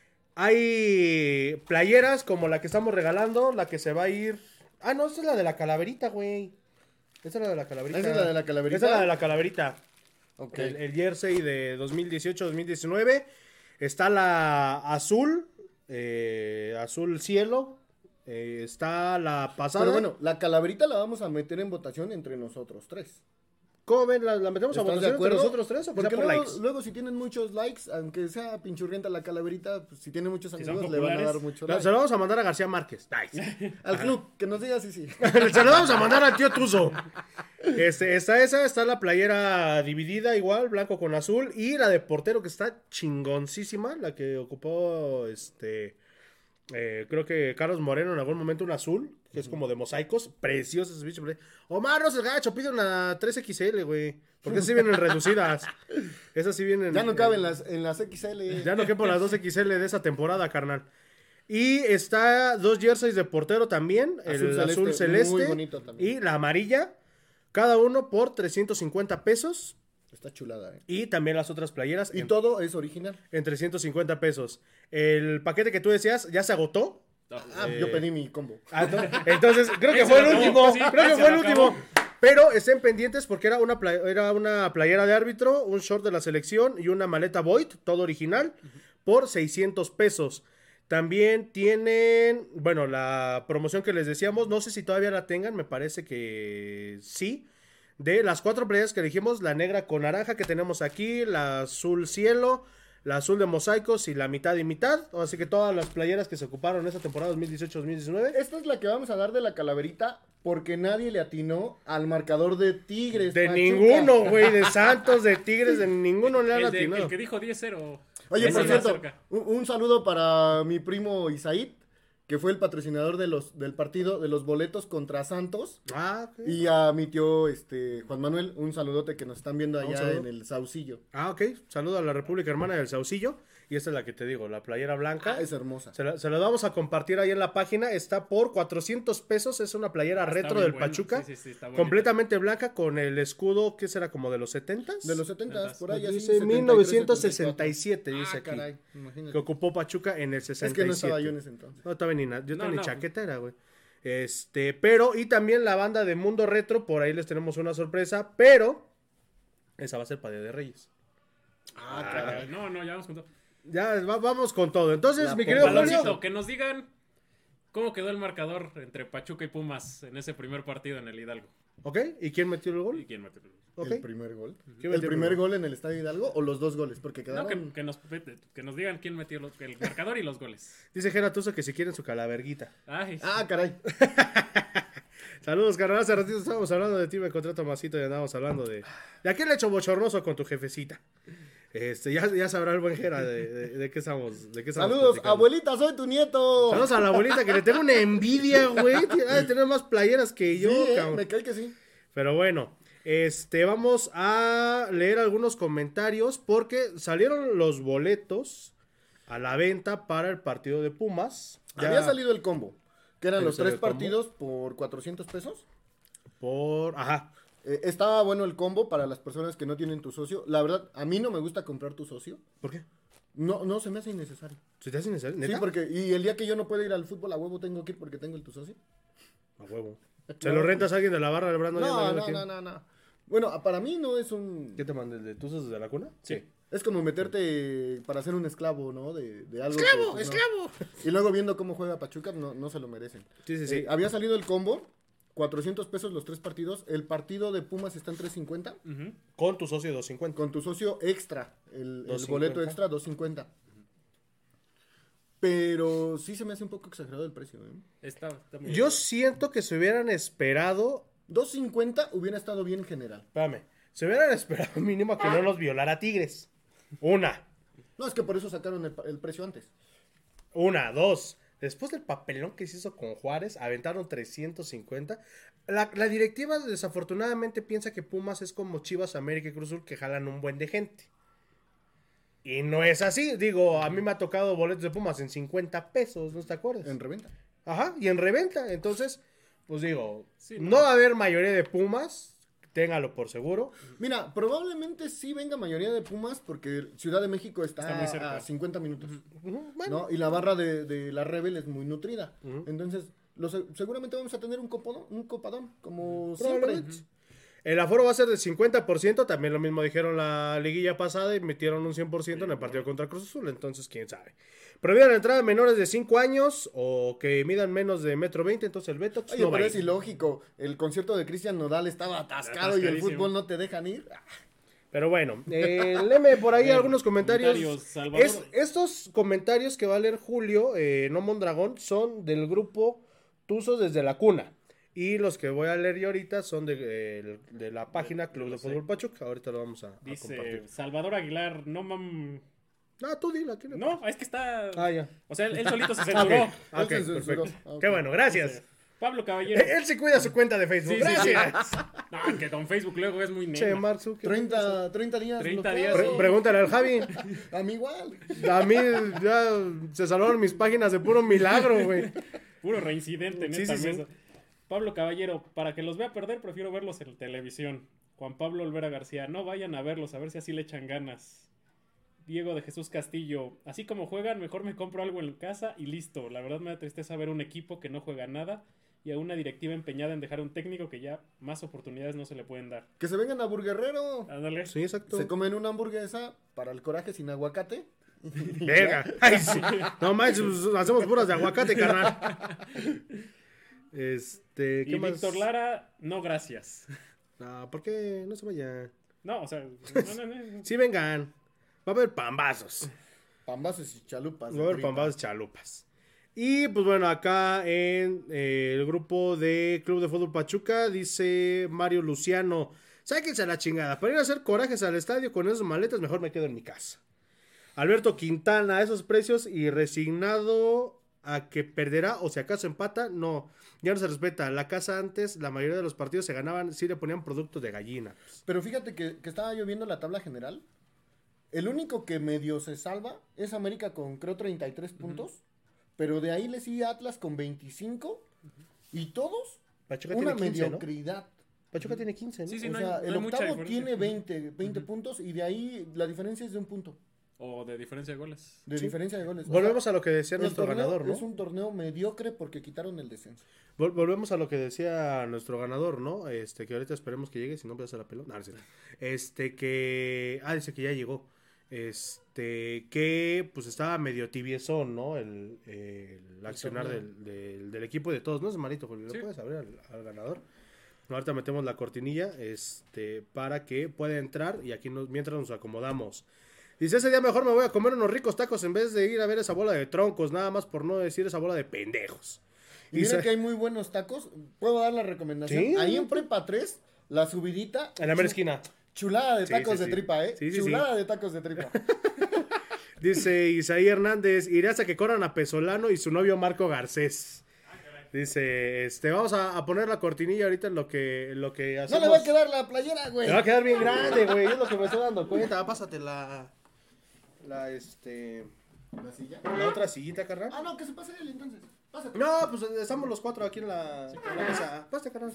Hay playeras como la que estamos regalando, la que se va a ir. Ah, no, esa es la de la calaverita, güey. Esa es la de la calaverita. ¿Esa es la de la calaverita? Esa es la de la calaverita. Ok. El jersey de 2018-2019. Está la azul. Azul cielo. Está la pasada. Pero bueno, la calaverita la vamos a meter en votación entre nosotros tres. ¿Cómo ven? ¿La metemos a ¿Estás de votación entre acuerdo? nosotros tres o que sea Porque por luego, likes? luego si tienen muchos likes, aunque sea pinchurrienta la calaverita, pues si tiene muchos Si son amigos le van a dar populares. mucho No, like. se lo vamos a mandar a García Márquez. Nice. Al club, que nos diga sí, sí. Se lo vamos a mandar al tío Tuzo. Está la playera dividida igual, blanco con azul. Y la de portero que está chingoncísima. La que ocupó creo que Carlos Moreno en algún momento, un azul, que es como de mosaicos. Precioso ese bicho. Omar, no seas gacho, pide una 3XL, güey. Porque esas sí vienen reducidas. Esas sí vienen. Ya no caben en las XL. Ya no quepo las 2XL de esa temporada, carnal. Y está 2 jerseys de portero también. El azul celeste. Muy bonito también. Y la amarilla. Cada uno por 350 pesos. Está chulada, Y también las otras playeras Y todo es original. en 350 pesos. El paquete que tú decías ya se agotó. Yo pedí mi combo. Entonces, creo que Se fue lo el acabó, último. sí, Creo que se fue el lo último. acabó. Pero estén pendientes porque era una playera de árbitro, un short de la selección y una maleta Void, todo original, por 600 pesos. También tienen, bueno, la promoción que les decíamos, no sé si todavía la tengan, me parece que sí. De las 4 playeras que elegimos, la negra con naranja que tenemos aquí, la azul cielo, la azul de mosaicos y la mitad y mitad. Así que todas las playeras que se ocuparon en esta temporada 2018-2019. Esta es la que vamos a dar de la calaverita porque nadie le atinó al marcador de Tigres. De Pachuca. ninguno, güey, de Santos, de Tigres, de ninguno le han El atinado. que dijo 10-0. Oye, Ese por más cierto, cerca. un saludo para mi primo Isaid, que fue el patrocinador del partido de los boletos contra Santos. Ah, ok. Y a mi tío Juan Manuel, un saludote que nos están viendo Un allá saludo. en el Saucillo. Ah, ok. Saludo a la República Hermana del Saucillo. Y esta es la que te digo, la playera blanca. Es hermosa. Se la vamos a compartir ahí en la página. Está por 400 pesos. Es una playera Está retro bien del buena. Pachuca. Sí, está bonita. Completamente blanca con el escudo, ¿qué será? ¿Como de los 70s? De los 70s, por ahí así. Dice 73, 1967, 74. dice aquí. Caray, imagínate. Que ocupó Pachuca en el 67. Es que no estaba yo en ese entonces. No estaba ni nada. Yo No, estaba ni no. chaqueta era, güey. Pero, y también la banda de Mundo Retro, por ahí les tenemos una sorpresa, pero esa va a ser para Día de Reyes. Ah, caray. No, ya vamos con todo. Ya, vamos con todo. Entonces, La mi querido Baloncito. Julio. Baloncito, que nos digan cómo quedó el marcador entre Pachuca y Pumas en ese primer partido en el Hidalgo. ¿Ok? ¿Y quién metió el ¿Y gol? quién metió el gol? ¿Ok? ¿El primer gol? ¿Quién ¿El metió primer el gol en el Estadio Hidalgo o los dos goles? Porque No, quedaron... que nos digan quién metió el marcador y los goles. Dice Geratuso que si quieren su calaverguita. Ay, Ah, caray. Saludos, carnal. Hace ratito estábamos hablando de ti, me encontré a Tomasito y andábamos hablando de aquel hecho bochornoso con tu jefecita. Ya sabrá el buen Gera de qué estamos. De qué estamos Saludos, platicando. abuelita, soy tu nieto. Saludos a la abuelita que le tengo una envidia, güey. Ha de tener más playeras que yo, Sí, cabrón. me cae que sí. Pero bueno, vamos a leer algunos comentarios porque salieron los boletos a la venta para el partido de Pumas. Ya Había salido el combo, que eran ¿En los serio 3 el combo? partidos por 400 pesos. Ajá. Estaba bueno el combo para las personas que no tienen tu socio. La verdad, a mí no me gusta comprar tu socio. ¿Por qué? No se me hace innecesario. ¿Se te hace necesario? Sí, ¿Neta? porque y el día que yo no puedo ir al fútbol a huevo tengo que ir porque tengo el tu socio. A huevo. ¿Se lo rentas a alguien de la barra del Brando? No. Bueno, para mí no es un... ¿Qué te mandé? ¿De tus desde la cuna? sí. Es como meterte para ser un esclavo, ¿no? De algo ¡Esclavo! que, pues, no. ¡Esclavo! Y luego viendo cómo juega Pachuca, no se lo merecen. Sí. Había salido el combo, 400 pesos los 3 partidos. El partido de Pumas está en 350. Ujú. Con tu socio 250. Con tu socio extra, el 250. boleto extra, 250. Pero sí se me hace un poco exagerado el precio, ¿eh? Está muy Yo bien. siento que se hubieran esperado 2.50 hubiera estado bien en general. Espérame. Se hubieran esperado mínimo que no nos violara Tigres. Una. No, es que por eso sacaron el precio antes. Una, dos. Después del papelón que se hizo con Juárez, aventaron 350. La directiva desafortunadamente piensa que Pumas es como Chivas, América y Cruz Azul que jalan un buen de gente. Y no es así. Digo, a mí me ha tocado boletos de Pumas en 50 pesos, ¿no te acuerdas? En reventa. Ajá, y en reventa. Entonces, pues digo, Sí, no va a haber mayoría de Pumas. Téngalo por seguro. Mira, probablemente sí venga mayoría de Pumas porque Ciudad de México Está muy cerca. a 50 minutos. Ujú, bueno. ¿No? Y la barra de la Rebel es muy nutrida. Entonces, seguramente vamos a tener un copadón, como siempre. Probablemente. El aforo va a ser de 50%, también lo mismo dijeron la liguilla pasada y metieron un 100% en el partido contra Cruz Azul, entonces quién sabe. Prohibieron la entrada a menores de 5 años o que midan menos de 1,20 m, entonces el Beto Oye, no va pero a es ir. ilógico. El concierto de Cristian Nodal estaba atascado y el Atascadísimo. fútbol no te dejan ir. Pero bueno, léeme por ahí A ver, algunos comentarios. Salvador. Estos comentarios que va a leer Julio, no Mondragón, son del grupo Tuzos desde la cuna. Y los que voy a leer yo ahorita son de la página Club de Fútbol Pachuca. Ahorita lo vamos a Dice compartir. Salvador Aguilar, no mam... No, tú dila. ¿quién le- No, es que está... Ah, ya. O sea, él solito se Ok, censuró. ok, Él se censuró. perfecto. Ok. Qué bueno, gracias. Pablo Caballero. Él sí cuida su cuenta de Facebook. Sí, sí, sí. Gracias. No, que don Facebook luego es muy Che, negro. Mark Zuckerberg. 30 días. 30 bloqueado. días, sí. Pregúntale al Javi. A mí igual. A mí ya se salvaron mis páginas de puro milagro, güey. Puro reincidente en Sí, esta sí, sí. mesa. Pablo Caballero, para que los vea perder, prefiero verlos en televisión. Juan Pablo Olvera García, no vayan a verlos, a ver si así le echan ganas. Diego de Jesús Castillo, así como juegan, mejor me compro algo en casa y listo. La verdad me da tristeza ver un equipo que no juega nada y a una directiva empeñada en dejar un técnico que ya más oportunidades no se le pueden dar. Que se vengan a Burguerrero. Ándale. Sí, exacto. Se comen una hamburguesa para el coraje sin aguacate. Verga. Ay, sí. No manches, pues, hacemos puras de aguacate, carnal. ¿Qué Y más? Víctor Lara, no gracias. No, ¿por qué? No se vaya. No, o sea, no. Sí, vengan. Va a haber pambazos. Pambazos y chalupas. Va a haber Ripa. pambazos chalupas. Y pues bueno, acá en el grupo de Club de Fútbol Pachuca dice Mario Luciano, sáquense a la chingada, para ir a hacer corajes al estadio con esas maletas, mejor me quedo en mi casa. Alberto Quintana, a esos precios y resignado a que perderá o si acaso empata, no, ya no se respeta. La casa antes, la mayoría de los partidos se ganaban, sí le ponían productos de gallina. Pero fíjate que estaba yo viendo la tabla general. El único que medio se salva es América con creo 33 puntos. Pero de ahí le sigue Atlas con 25. Y todos Pachuca una tiene 15, ¿no? mediocridad. Pachuca tiene 15, ¿no? Sí, sí, O no sea, hay el mucha octavo diferencia. tiene 20 puntos y de ahí la diferencia es de un punto. O de diferencia de goles. De Sí. diferencia de goles. O Volvemos sea, a lo que decía el nuestro torneo ganador, ¿no? Es un torneo mediocre porque quitaron el descenso. Volvemos a lo que decía nuestro ganador, ¿no? Que ahorita esperemos que llegue, si no, voy a hacer la pelota. No, no es cierto. Dice que ya llegó. Que pues estaba medio tibiezón, ¿no? El accionar torneo. del equipo y de todos. No es malito, Julio. ¿Lo Sí. puedes abrir al ganador? No, ahorita metemos la cortinilla, para que pueda entrar y aquí mientras nos acomodamos. Dice, ese día mejor me voy a comer unos ricos tacos en vez de ir a ver esa bola de troncos, nada más por no decir esa bola de pendejos. Y miren Dice- que hay muy buenos tacos. ¿Puedo dar la recomendación? Sí. Ahí en Prepa 3, la subidita. En la mera esquina. Chulada de Sí, tacos sí, de sí. tripa, ¿eh? Sí, sí, Chulada de tacos de tripa. Dice Isaí Hernández, iré hasta que corran a Pesolano y su novio Marco Garcés. Dice, vamos a poner la cortinilla ahorita en lo que No hacemos. le va a quedar la playera, güey. Me va a quedar bien grande, güey, es lo que me estoy dando cuenta. Pásate la ¿La silla? la otra sillita, carnal. Ah, no, que se pase él entonces. Pásate. No, pues estamos los cuatro aquí en la mesa. Pásate, carnal.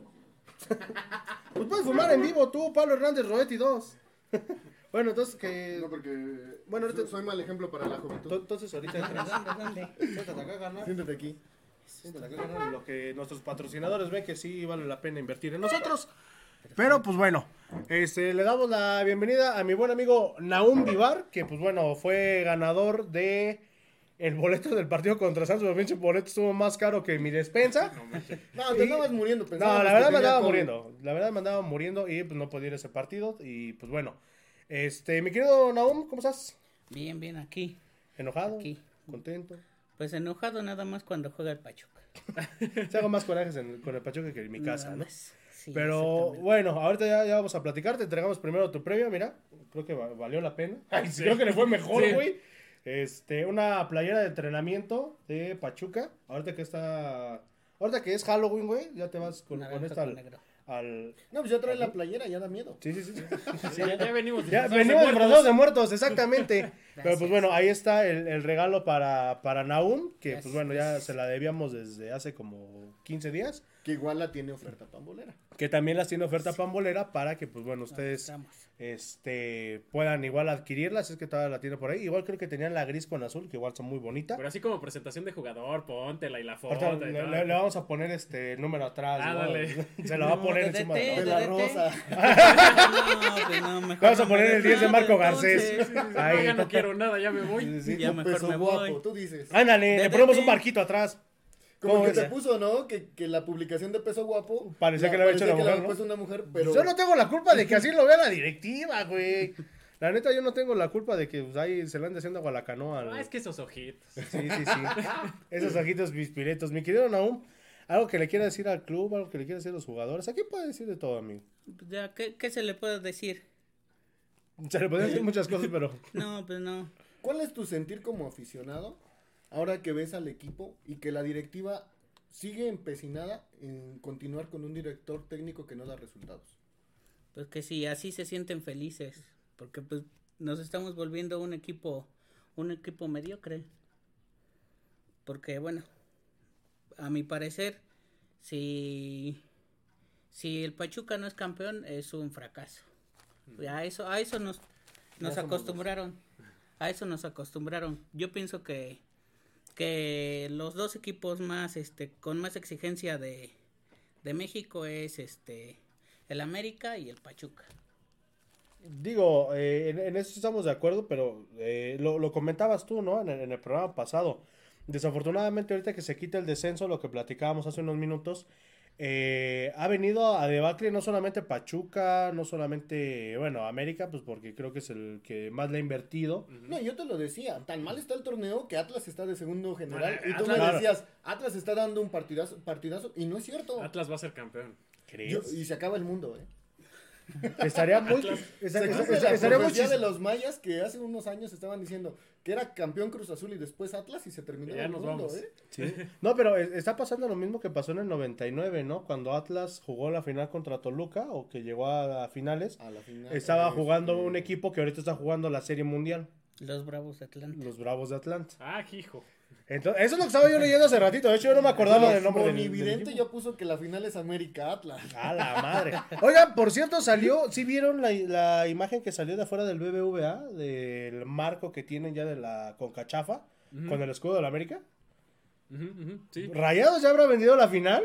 Pues puedes fumar en vivo tú, Pablo Hernández, Roetti 2. Bueno, entonces que... No, porque Bueno, ahorita- soy mal ejemplo para la juventud. Entonces ahorita entras. Siéntate acá, carnal. Siéntate aquí. Siéntate acá, carnal. Lo que nuestros patrocinadores ven que sí vale la pena invertir en nosotros. Pero pues bueno, le damos la bienvenida a mi buen amigo Nahum Vivar, que pues bueno, fue ganador de el boleto del partido contra Santos. El pinche boleto estuvo más caro que mi despensa. No, te andabas muriendo. No, pensábamos la que verdad me tenía andaba COVID. muriendo. La verdad me andaba muriendo y pues no podía ir a ese partido. Y pues bueno, mi querido Nahum, ¿cómo estás? Bien, bien, aquí. ¿Enojado? Aquí. ¿Contento? Pues enojado nada más cuando juega el Pachuca. Se hago más corajes con el Pachuca que en mi casa, Nada ¿no? más. Sí, Pero exactamente. bueno, ahorita ya vamos a platicar. Te entregamos primero tu premio, mira. Creo que valió la pena. Ay, Sí. creo que le fue mejor, Sí. güey. Una playera de entrenamiento de Pachuca. Ahorita que es Halloween, güey, ya te vas con Naranja esta con negro. No, pues ya trae la playera, ya da miedo. Sí. Sí, ya venimos Ya disfrazados de venimos muertos. disfrazados de muertos, exactamente. Pero pues Gracias. bueno, ahí está el regalo para Nahum, que pues Gracias. bueno, ya se la debíamos desde hace como 15 días. Que igual la tiene oferta pambolera. Que también las tiene oferta pambolera para que pues bueno, ustedes Estamos. puedan igual adquirirlas, es que todavía la tiene por ahí. Igual creo que tenían la gris con azul, que igual son muy bonitas. Pero así como presentación de jugador, póntela y la foto. Ahorita y le, todo. le vamos a poner el número atrás. Ah, ¿no? dale. Se la va a No, poner de encima de DT, De la la DT. rosa. No, pues no, mejor Vamos a no poner me el 10 de des Marco nada, Garcés. entonces. No, Ahí. ya no quiero nada, ya me voy. Sí, sí. Ya mejor Peso me guapo, voy. tú dices. Ándale, le DT. ponemos un barquito atrás. Como ¿Cómo que ves? te puso, ¿no? Que la publicación de Peso Guapo. Parecía que le había hecho parecía una que le mujer, había ¿no? puesto una mujer, pero. Yo no tengo la culpa de que así lo vea la directiva, güey. La neta, yo no tengo la culpa de que pues, ahí se le ande haciendo agua a la canoa. Ah, es que esos ojitos. Sí. Esos ojitos bispiretos. Mi querido Nahum, algo que le quiera decir al club, algo que le quiera decir a los jugadores. Aquí puede decir de todo, amigo. Pues ya, ¿qué se le puede decir? Se le pueden decir muchas cosas, pero No, pues no. ¿Cuál es tu sentir como aficionado ahora que ves al equipo y que la directiva sigue empecinada en continuar con un director técnico que no da resultados? Pues que sí, así se sienten felices. Porque pues nos estamos volviendo un equipo mediocre. Porque bueno, a mi parecer, si el Pachuca no es campeón, es un fracaso. A eso nos somos acostumbraron. A eso nos acostumbraron. Yo pienso que los dos equipos más con más exigencia de México es el América y el Pachuca. digo, en eso estamos de acuerdo, pero lo comentabas tú, ¿no? En el programa pasado. Desafortunadamente, ahorita que se quita el descenso, lo que platicábamos hace unos minutos, ha venido a debacle no solamente Pachuca, no solamente, bueno, América, pues porque creo que es el que más le ha invertido. No, yo te lo decía, tan mal está el torneo que Atlas está de segundo general. Bueno, Y tú Atlas- me decías, Atlas está dando un partidazo, y no es cierto. Atlas va a ser campeón. ¿Crees? Y se acaba el mundo, Estaría muy... Se cumple la estaría muy profecía de chis- los mayas que hace unos años estaban diciendo que era campeón Cruz Azul y después Atlas y se terminó Ya el nos mundo, vamos. Sí. No, pero está pasando lo mismo que pasó en el 99, ¿no? Cuando Atlas jugó la final contra Toluca, o que llegó a finales, A la final, estaba jugando un equipo que ahorita está jugando la Serie Mundial, Los Bravos de Atlanta. los Bravos de Atlanta. Ah, hijo. Entonces, eso es lo que estaba yo leyendo hace ratito, de hecho yo no me acordaba del nombre del Monividente equipo. ya puso que la final es América Atlas. A la madre. Oigan, por cierto, ¿sí vieron la imagen que salió de afuera del BBVA? Del marco que tienen ya de la Concachafa, Ujú. con el escudo de la América. Sí. ¿Rayados ya habrá vendido la final?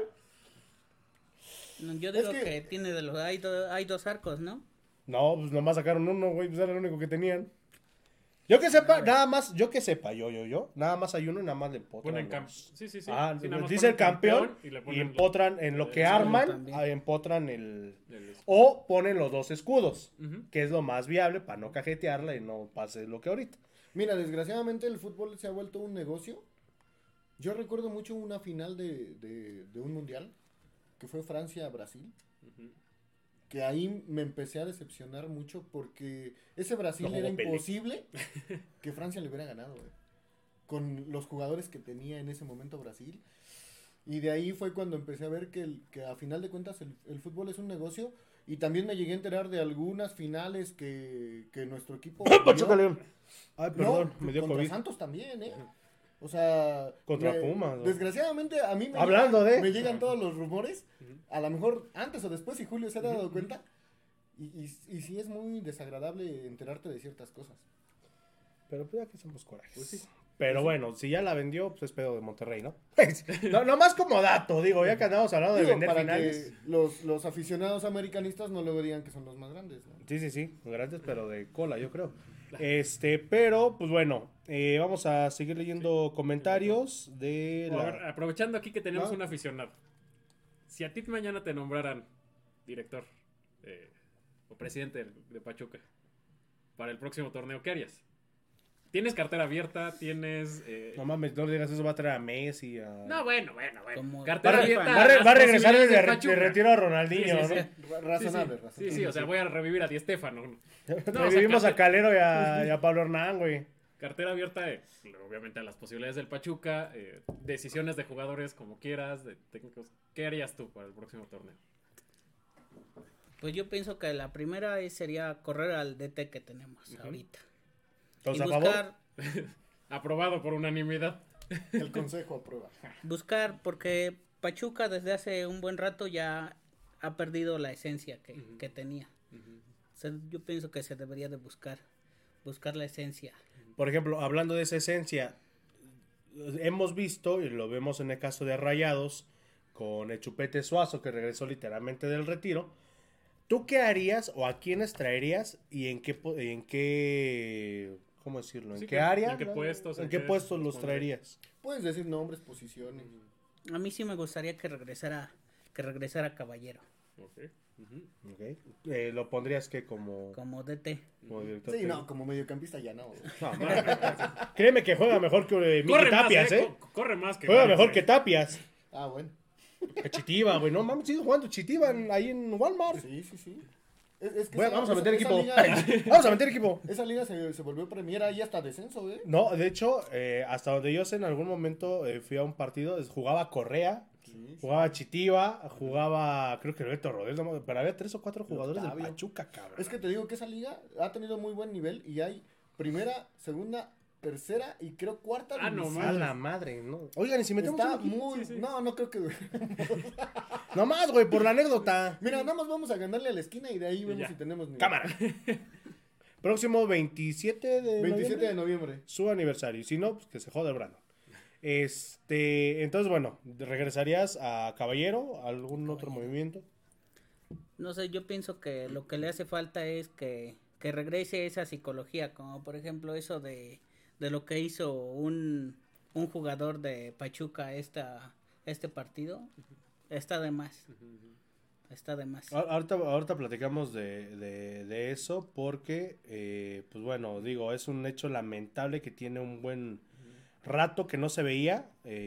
No, yo digo que- que tiene hay dos arcos, ¿no? No, pues nomás sacaron uno, güey, pues era el único que tenían. Yo que sepa, nada más, nada más hay uno y nada más le empotran. Ponen los- Sí. Ah, Sí, nada más dice el ponen campeón y le y ponen empotran en lo que el arman, también. empotran el- o ponen los dos escudos, Ujú. que es lo más viable para no cajetearla y no pase lo que ahorita. Mira, desgraciadamente el fútbol se ha vuelto un negocio. Yo recuerdo mucho una final de un mundial, que fue Francia-Brasil, Ujú. que ahí me empecé a decepcionar mucho porque ese Brasil No era jugó Pelé. imposible que Francia le hubiera ganado, güey. Con los jugadores que tenía en ese momento Brasil. Y de ahí fue cuando empecé a ver que a final de cuentas el fútbol es un negocio. Y también me llegué a enterar de algunas finales que nuestro equipo... Pachuca perdió. León. Ay, perdón, No, me dio contra COVID. Santos también, ¿eh? O sea... Contra Pumas, ¿no? Desgraciadamente a mí Hablando de- me llegan todos los rumores. A lo mejor antes o después, si Julio se ha dado cuenta. Y sí es muy desagradable enterarte de ciertas cosas. Pero pues ya que somos corajes. Pues sí. Pero bueno, si ya la vendió, pues es pedo de Monterrey, ¿no? No más como dato, digo, ya que andamos hablando de Digo, vender para finales. que los aficionados americanistas no luego digan que son los más grandes, ¿no? Sí, grandes, pero de cola, yo creo. Pero, pues bueno, vamos a seguir leyendo comentarios de A la... ver, aprovechando aquí que tenemos ¿No? un aficionado. Si a ti mañana te nombraran director o presidente de Pachuca para el próximo torneo, ¿qué harías? tienes cartera abierta, tienes... No mames, no le digas eso, va a traer a Messi. No, bueno. Como- Cartera Va a- abierta. Va a las regresar posibilidades de del Pachuca. retiro a Ronaldinho, Sí, sí, ¿no? sí. Razonable, Sí, razonable. sí, o sea, voy a revivir a Di Stéfano. No, o sea, Revivimos a carte- Calero y a Pablo Hernán, güey. Cartera abierta, obviamente a las posibilidades del Pachuca, decisiones de jugadores como quieras, de técnicos. ¿Qué harías tú para el próximo torneo? Pues yo pienso que la primera sería correr al DT que tenemos ahorita. ¿Todos Y a favor? buscar, Aprobado por unanimidad. El consejo aprueba. porque Pachuca desde hace un buen rato ya ha perdido la esencia que tenía. O sea, yo pienso que se debería de buscar la esencia. Por ejemplo, hablando de esa esencia, hemos visto, y lo vemos en el caso de Rayados, con el Chupete Suazo, que regresó literalmente del retiro. ¿Tú qué harías o a quiénes traerías y en qué ¿cómo decirlo? ¿En Sí, qué área? en qué puestos, ¿En en qué qué puestos los pondrías? traerías? Puedes decir nombres, posiciones. A mí sí me gustaría que regresara Caballero Ok. Ok. ¿Lo pondrías que como DT. director Sí, técnico? no, como mediocampista ya no. No, mames. Créeme que juega mejor que Miki Corre más, Tapias, ¿eh? Corre más que Juega Mario, mejor güey. que Tapias. Ah, bueno. Que Chitiba, güey. No mames, sigue jugando Chitiba ahí en Walmart. Sí, sí, sí. Es que Bueno, vamos a meter esa equipo. liga- Vamos a meter equipo. Esa liga se volvió premiera y hasta descenso, ¿eh? No, de hecho, hasta donde yo sé, en algún momento fui a un partido, jugaba Correa, Sí. jugaba Chitiba, jugaba, creo que Beto Rodríguez, no, pero había 3 o 4 jugadores del Octavio. Pachuca, cabrón. Es que te digo que esa liga ha tenido muy buen nivel y hay primera, segunda, tercera y creo cuarta Ah, no, división. A la madre, ¿no? Oigan, y si metemos Está un equipo? muy... Sí, sí. No creo que... No más, güey, por la anécdota. Mira, nada más vamos a ganarle a la esquina y de ahí vemos ya. si tenemos nivel. Cámara. Próximo 27 de 27 de noviembre, noviembre. su aniversario. Y si no, pues que se joda el Brandon. Entonces, bueno, ¿regresarías a Caballero? ¿Algún otro movimiento? No sé, yo pienso que lo que le hace falta es que regrese esa psicología, como por ejemplo eso de lo que hizo un jugador de Pachuca este partido. Está de más. Está de más. Ahorita platicamos de eso porque, pues bueno, digo, es un hecho lamentable que tiene un buen rato que no se veía.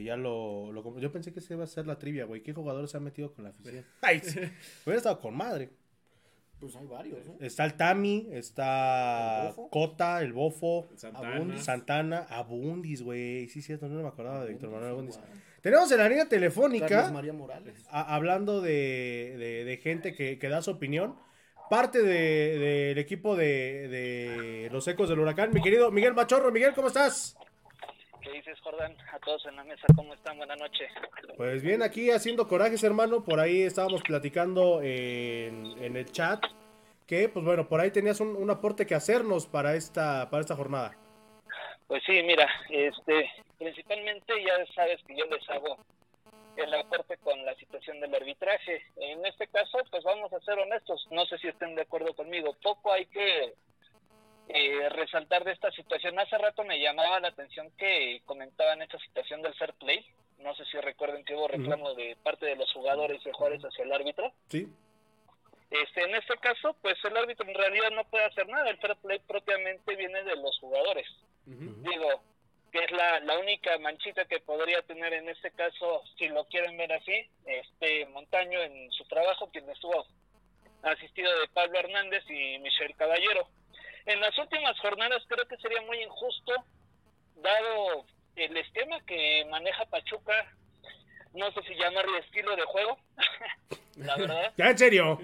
Yo pensé que se iba a hacer la trivia, güey. ¿Qué jugadores se han metido con la afición? Ay, sí, hubiera estado con madre. Pues hay varios, ¿no? Está el Tami, está ¿El Bofo? Cota, el Bofo, Santana. Santana, Abundis, güey. Sí, cierto, no me acordaba de Víctor Manuel Abundis. Igual. Tenemos en la línea telefónica, Carlos María Morales. hablando de gente que da su opinión, parte del equipo de los Ecos del Huracán, mi querido Miguel Machorro. Miguel, ¿cómo estás? ¿Qué dices, Jordan? A todos en la mesa, ¿cómo están? Buenas noches. Pues bien, aquí haciendo corajes, hermano. Por ahí estábamos platicando en el chat que, pues bueno, por ahí tenías un aporte que hacernos para esta jornada. Pues sí, mira, principalmente ya sabes que yo les hago el aporte con la situación del arbitraje. En este caso, pues vamos a ser honestos, no sé si estén de acuerdo conmigo, poco hay que resaltar de esta situación. Hace rato me llamaba la atención que comentaban esta situación del fair play, no sé si recuerden que hubo reclamo de parte de los jugadores de Juárez hacia el árbitro. Sí. En este caso, pues el árbitro en realidad no puede hacer nada, el fair play propiamente viene de los jugadores. Digo, que es la única manchita que podría tener en este caso, si lo quieren ver así, Montaño en su trabajo, quien estuvo asistido de Pablo Hernández y Michel Caballero. En las últimas jornadas creo que sería muy injusto, dado el esquema que maneja Pachuca, no sé si llamarle estilo de juego, la verdad. Ya, en serio.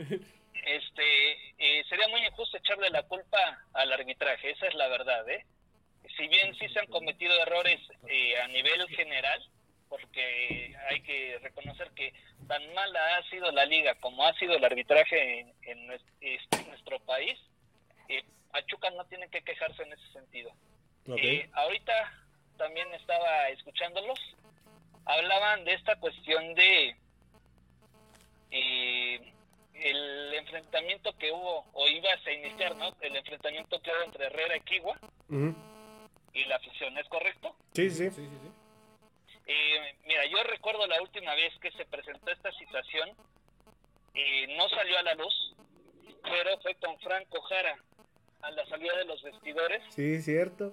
Sería muy injusto echarle la culpa al arbitraje, esa es la verdad, Si bien sí se han cometido errores a nivel general, porque hay que reconocer que tan mala ha sido la liga como ha sido el arbitraje en nuestro país, Pachuca no tiene que quejarse en ese sentido. Okay. Ahorita también estaba escuchándolos, hablaban de esta cuestión de el enfrentamiento que hubo, o ibas a iniciar, ¿no? El enfrentamiento que hubo entre Herrera y Kigua y la afición, ¿es correcto? Sí, sí. Mira, yo recuerdo la última vez que se presentó esta situación, no salió a la luz, pero fue con Franco Jara. a la salida de los vestidores. Sí, cierto.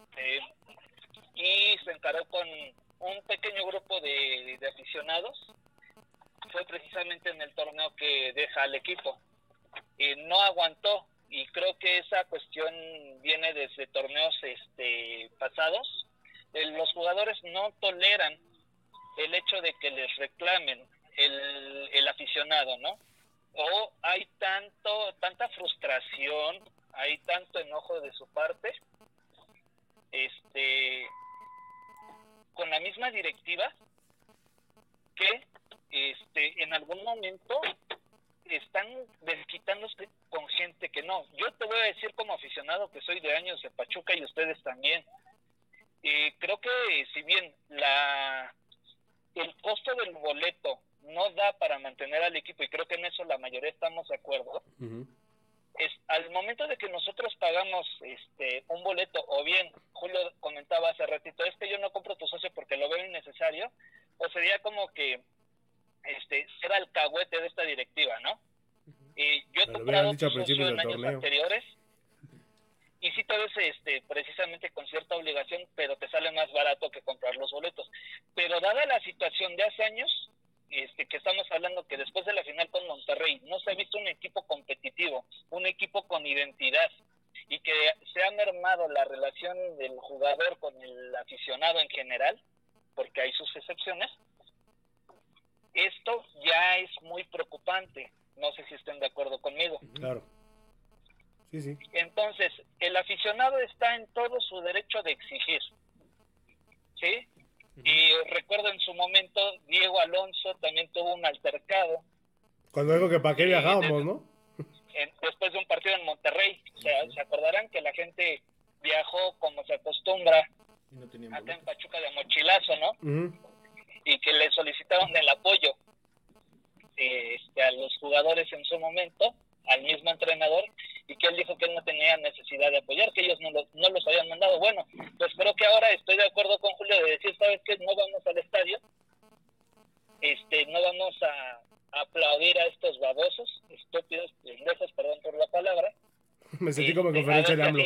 Y se encaró con un pequeño grupo de aficionados. Fue precisamente en el torneo que deja al equipo. No aguantó, y creo que esa cuestión viene desde torneos pasados. Los jugadores no toleran el hecho de que les reclamen el aficionado, ¿no? O hay tanta frustración, hay tanto enojo de su parte, con la misma directiva, que en algún momento están desquitándose con gente que no. Yo te voy a decir como aficionado que soy de años de Pachuca y ustedes también. Creo que si bien el costo del boleto no da para mantener al equipo, y creo que en eso la mayoría estamos de acuerdo, al momento de que nosotros pagamos un boleto, o bien, Julio comentaba hace ratito, yo no compro tu socio porque lo veo innecesario, o sería como que ser alcahuete de esta directiva, ¿no? Yo he comprado tu socio en años anteriores, y sí te ves precisamente con cierta obligación, pero te sale más barato que comprar los boletos. Pero dada la situación de hace años, que estamos hablando que después de la final con Monterrey no se ha visto un equipo competitivo, un equipo con identidad, y que se ha mermado la relación del jugador con el aficionado en general, porque hay sus excepciones, esto ya es muy preocupante. No sé si estén de acuerdo conmigo. Claro. Sí, sí. Entonces, el aficionado está en todo su derecho de exigir, ¿sí? Y recuerdo en su momento, Diego Alonso también tuvo un altercado. Cuando dijo que para qué viajábamos, ¿no? Después de un partido en Monterrey. O sea, se acordarán que la gente viajó como se acostumbra acá en Pachuca de mochilazo, ¿no? Y que le solicitaron el apoyo a los jugadores en su momento, al mismo entrenador, y que él dijo que él no tenía necesidad de apoyar, que ellos no los habían mandado. Bueno, pues creo que ahora estoy de acuerdo con Julio de decir, ¿sabes qué? No vamos al estadio, no vamos a aplaudir a estos babosos, estúpidos, pendejos, perdón por la palabra. Me sentí como en conferencia de AMLO.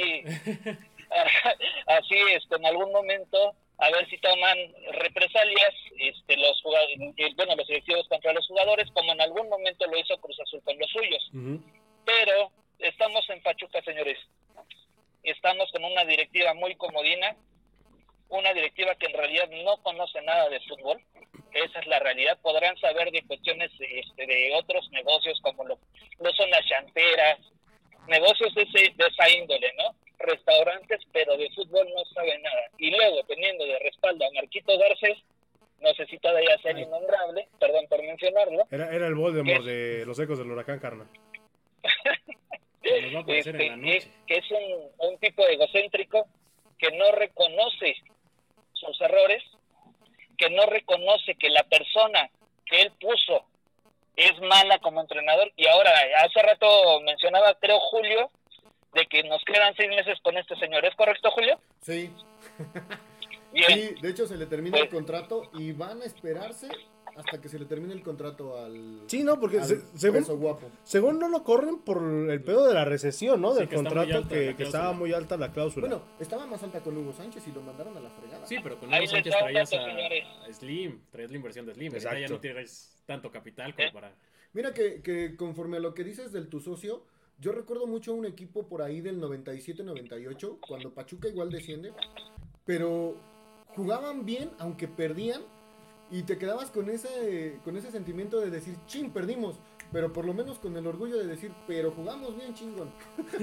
Así, en algún momento, a ver si toman represalias los directivos contra los jugadores, como en algún momento lo hizo Cruz Azul con los suyos. Pero estamos en Pachuca, señores. Estamos con una directiva muy comodina, una directiva que en realidad no conoce nada de fútbol. Esa es la realidad. Podrán saber de cuestiones de otros negocios, como lo son las llanteras, negocios de esa índole, ¿no? Restaurantes, pero de fútbol no sabe nada. Y luego, teniendo de respaldo a Marquito Garcés, no sé si todavía sea el innombrable, perdón por mencionarlo. Era el Voldemort de los Ecos del Huracán, carnal. Nos va a aparecer en la noche. Que es un tipo egocéntrico que no reconoce sus errores, que no reconoce que la persona que él puso es mala como entrenador. Y ahora, hace rato mencionaba, creo, Julio, de que nos quedan 6 meses con este señor. ¿Es correcto, Julio? Sí. Bien. Sí, de hecho se le termina el contrato y van a esperarse hasta que se le termine el contrato al... Sí, no, porque guapo. según no lo corren por el pedo de la recesión, ¿no? Sí, Del contrato que estaba muy alta la cláusula. Bueno, estaba más alta con Hugo Sánchez y lo mandaron a la fregada. Sí, pero con Ahí Hugo les Sánchez da un traías dato, a señores. Slim, traías la inversión de Slim. Exacto. Ya no tienes tanto capital como para... Mira que conforme a lo que dices del tu socio, yo recuerdo mucho un equipo por ahí del 97-98, cuando Pachuca igual desciende, pero jugaban bien, aunque perdían, y te quedabas con ese sentimiento de decir, chin, perdimos, pero por lo menos con el orgullo de decir, pero jugamos bien, chingón.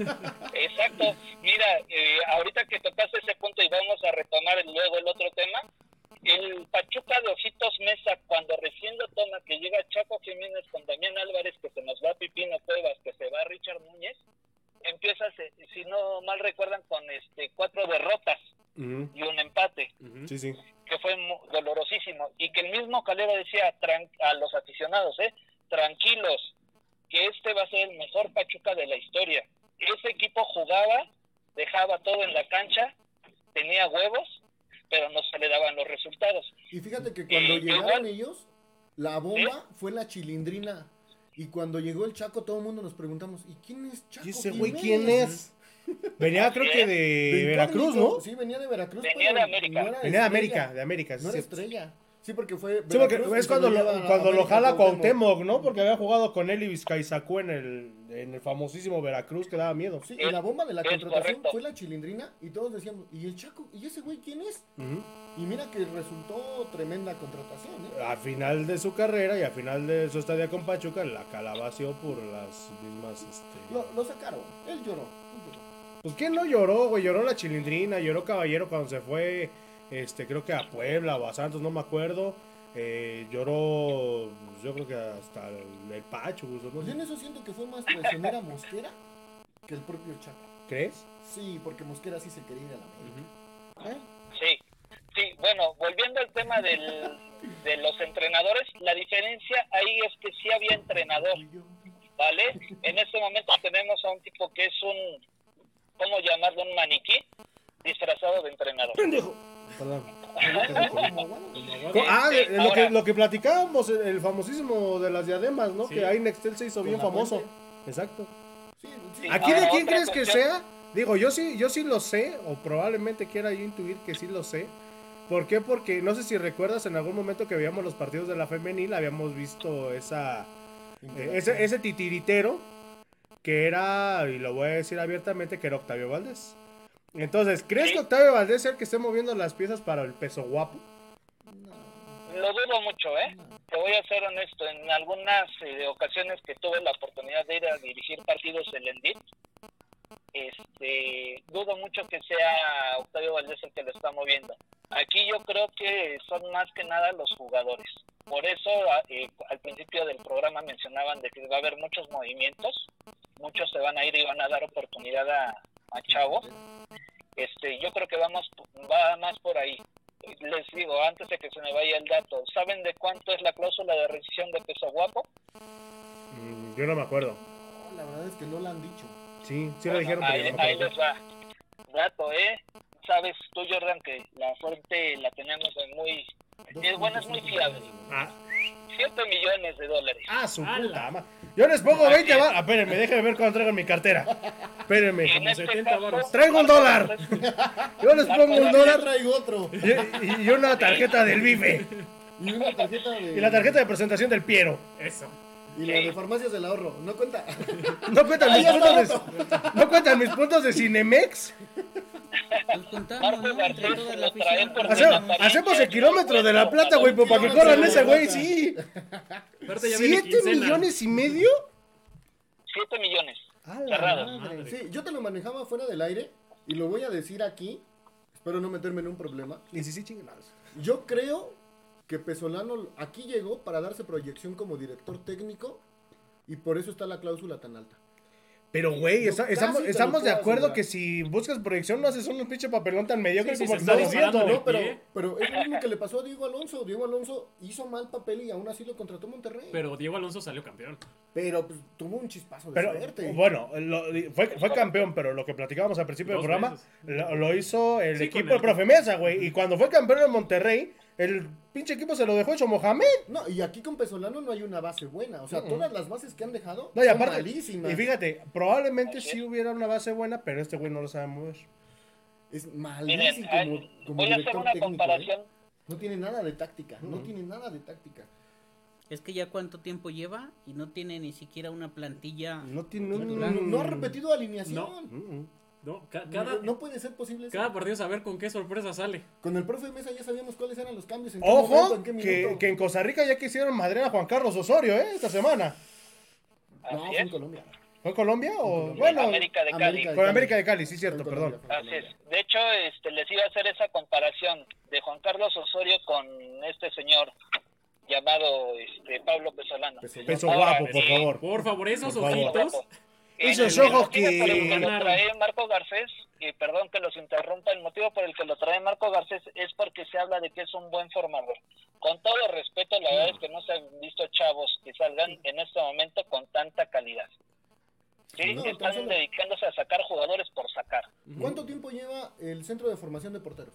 Exacto. Mira, ahorita que tocaste ese punto y vamos a retomar luego el otro tema, el Pachuca de Ojitos Mesa, cuando recién lo toma, que llega Chaco Jiménez con Damián Álvarez, que se nos va Pipino Cuevas, que se va Richard Núñez, empieza, si no mal recuerdan, con 4 derrotas y un empate. Sí, sí. Que fue dolorosísimo, y que el mismo Calero decía a los aficionados, tranquilos, que este va a ser el mejor Pachuca de la historia. Ese equipo jugaba, dejaba todo en la cancha, tenía huevos, pero no se le daban los resultados. Y fíjate que cuando llegaron ellos, la bomba fue la Chilindrina. Y cuando llegó el Chaco, todo el mundo nos preguntamos, ¿y quién es Chaco? ¿Y ese güey quién es? Venía creo que de Veracruz, ¿no? Sí, venía de Veracruz. Venía pero de América. no era Venía de estrella. América, sí, No era cierto. estrella. Sí, porque fue. Sí, porque Veracruz es y cuando se lo, lleva a cuando lo América jala Cuauhtémoc. Cuauhtémoc, ¿no? Porque había jugado con él y Vizcaizacú en el famosísimo Veracruz que daba miedo. Sí, y la bomba de la Es contratación correcto. fue la Chilindrina y todos decíamos, ¿y el Chaco? ¿Y ese güey quién es? Ujú. Y mira que resultó tremenda contratación, ¿eh? A final de su carrera y a final de su estadía con Pachuca, la calabació por las mismas, Lo sacaron, él lloró. Pues ¿quién no lloró, güey? Lloró la Chilindrina, lloró Caballero cuando se fue, creo que a Puebla o a Santos, no me acuerdo. Lloró, pues, yo creo que hasta el Pacho, güey, no Pues sé. en eso siento que fue más traicionera Mosquera que el propio Chaco. ¿Crees? Sí, porque Mosquera sí se quería ir a la América. Sí, bueno, volviendo al tema de los entrenadores, la diferencia ahí es que sí había entrenador, ¿vale? En este momento tenemos a un tipo que es un, ¿cómo llamarlo? Un maniquí disfrazado de entrenador. Pendejo. Perdón. Ah, Lo que platicábamos, el famosísimo de las diademas, ¿no? Sí. Que ahí Nextel se hizo Con bien la famoso. fuente. Exacto. Sí, sí. ¿Aquí Ahora, de quién otra crees que cuestión. sea? Digo, yo sí lo sé, o probablemente quiera yo intuir que sí lo sé. ¿Por qué? Porque no sé si recuerdas en algún momento que veíamos los partidos de la femenil, habíamos visto ese titiritero que era, y lo voy a decir abiertamente, que era Octavio Valdés. Entonces, ¿crees que Octavio Valdés sea el que esté moviendo las piezas para el peso guapo? Lo dudo mucho, ¿eh? Te voy a ser honesto. En algunas ocasiones que tuve la oportunidad de ir a dirigir partidos del Endit, dudo mucho que sea Octavio Valdés el que lo está moviendo. Aquí yo creo que son más que nada los jugadores. Por eso al principio del programa mencionaban de que va a haber muchos movimientos, muchos se van a ir y van a dar oportunidad a chavos. Yo creo que va más por ahí. Les digo, antes de que se me vaya el dato, ¿saben de cuánto es la cláusula de rescisión de Peso Guapo? Yo no me acuerdo. La verdad es que no la han dicho. Sí lo dijeron, pero yo no me Ahí acuerdo. les va. Dato, Sabes tú, Jordan, que la fuente la tenemos en muy... es muy fiable. Ah, 7 millones de dólares. su ¡Hala! puta madre. Yo les pongo 20 baros. Espérenme, déjenme ver cuándo traigo en mi cartera. Espérenme. En como este 70 caso, varos. Traigo un dólar. Yo les pongo un Ya dólar traigo otro. y una tarjeta del Bife. Y una tarjeta de... Y la tarjeta de presentación del Piero. Eso. Y la de farmacias del ahorro. No cuenta. ¿No cuentan mis ya puntos está ¿No cuentan mis puntos de Cinemex? Pues contamos, ¿no? Entre toda la lo trae afición. por Hacemos el kilómetro de la plata, güey, pues, para que corran ese güey, sí. Aparte ya viene ¿7 quincena. millones y medio? 7 millones. A la Cerrado. madre. Sí, yo te lo manejaba fuera del aire y lo voy a decir aquí. Espero no meterme en un problema. Y sí, chingados. Yo creo que Pesolano aquí llegó para darse proyección como director técnico y por eso está la cláusula tan alta. Pero, güey, Yo casi te lo estamos de puedo acuerdo asegurar. que si buscas proyección no haces un pinche papelón tan mediocre Sí, sí, como se el que está estás diciendo. disparando, No, ¿Qué? pero es lo mismo que le pasó a Diego Alonso. Diego Alonso hizo mal papel y aún así lo contrató Monterrey. Pero Diego Alonso salió campeón. Pero pues, tuvo un chispazo de Pero, suerte. bueno, fue campeón, pero lo que platicábamos al principio del 2 programa veces. lo hizo el Sí, equipo con de el- Profe Mesa, güey. Y cuando fue campeón en Monterrey, el pinche equipo se lo dejó hecho Mohamed. No, y aquí con Pesolano no hay una base buena. O sea, todas las bases que han dejado No, y son aparte, malísimas. y fíjate, probablemente Así sí es. hubiera una base buena, pero este güey no lo sabe mover. Es Miren, malísimo como voy a hacer director una técnico. comparación. No tiene nada de táctica. No tiene nada de táctica. Es que ya cuánto tiempo lleva y no tiene ni siquiera una plantilla. No tiene No ha repetido alineación. No. No, No puede ser posible eso. cada partido saber con qué sorpresa sale. Con el profe Mesa ya sabíamos cuáles eran los cambios. En qué momento, Ojo, en qué que minuto. en Costa Rica ya quisieron madrear a Juan Carlos Osorio, esta semana. No, Así fue en es. Colombia. ¿Fue en Colombia o...? Colombia. Bueno, América de Cali. con América de Cali, sí, cierto, Fue en perdón. Colombia, fue en Así es. Colombia. De hecho, les iba a hacer esa comparación de Juan Carlos Osorio con este señor llamado Pablo Pesolano. Peso Ahora, guapo, por favor. Por favor, esos Por favor. ojitos. Esos El ojos motivo por el que lo que- trae Marco Garcés, y perdón que los interrumpa, el motivo por el que lo trae Marco Garcés es porque se habla de que es un buen formador. Con todo respeto, la verdad es que no se han visto chavos que salgan en este momento con tanta calidad. ¿Sí? No, tan Están solo- dedicándose a sacar jugadores por sacar. ¿Cuánto tiempo lleva el centro de formación de porteros?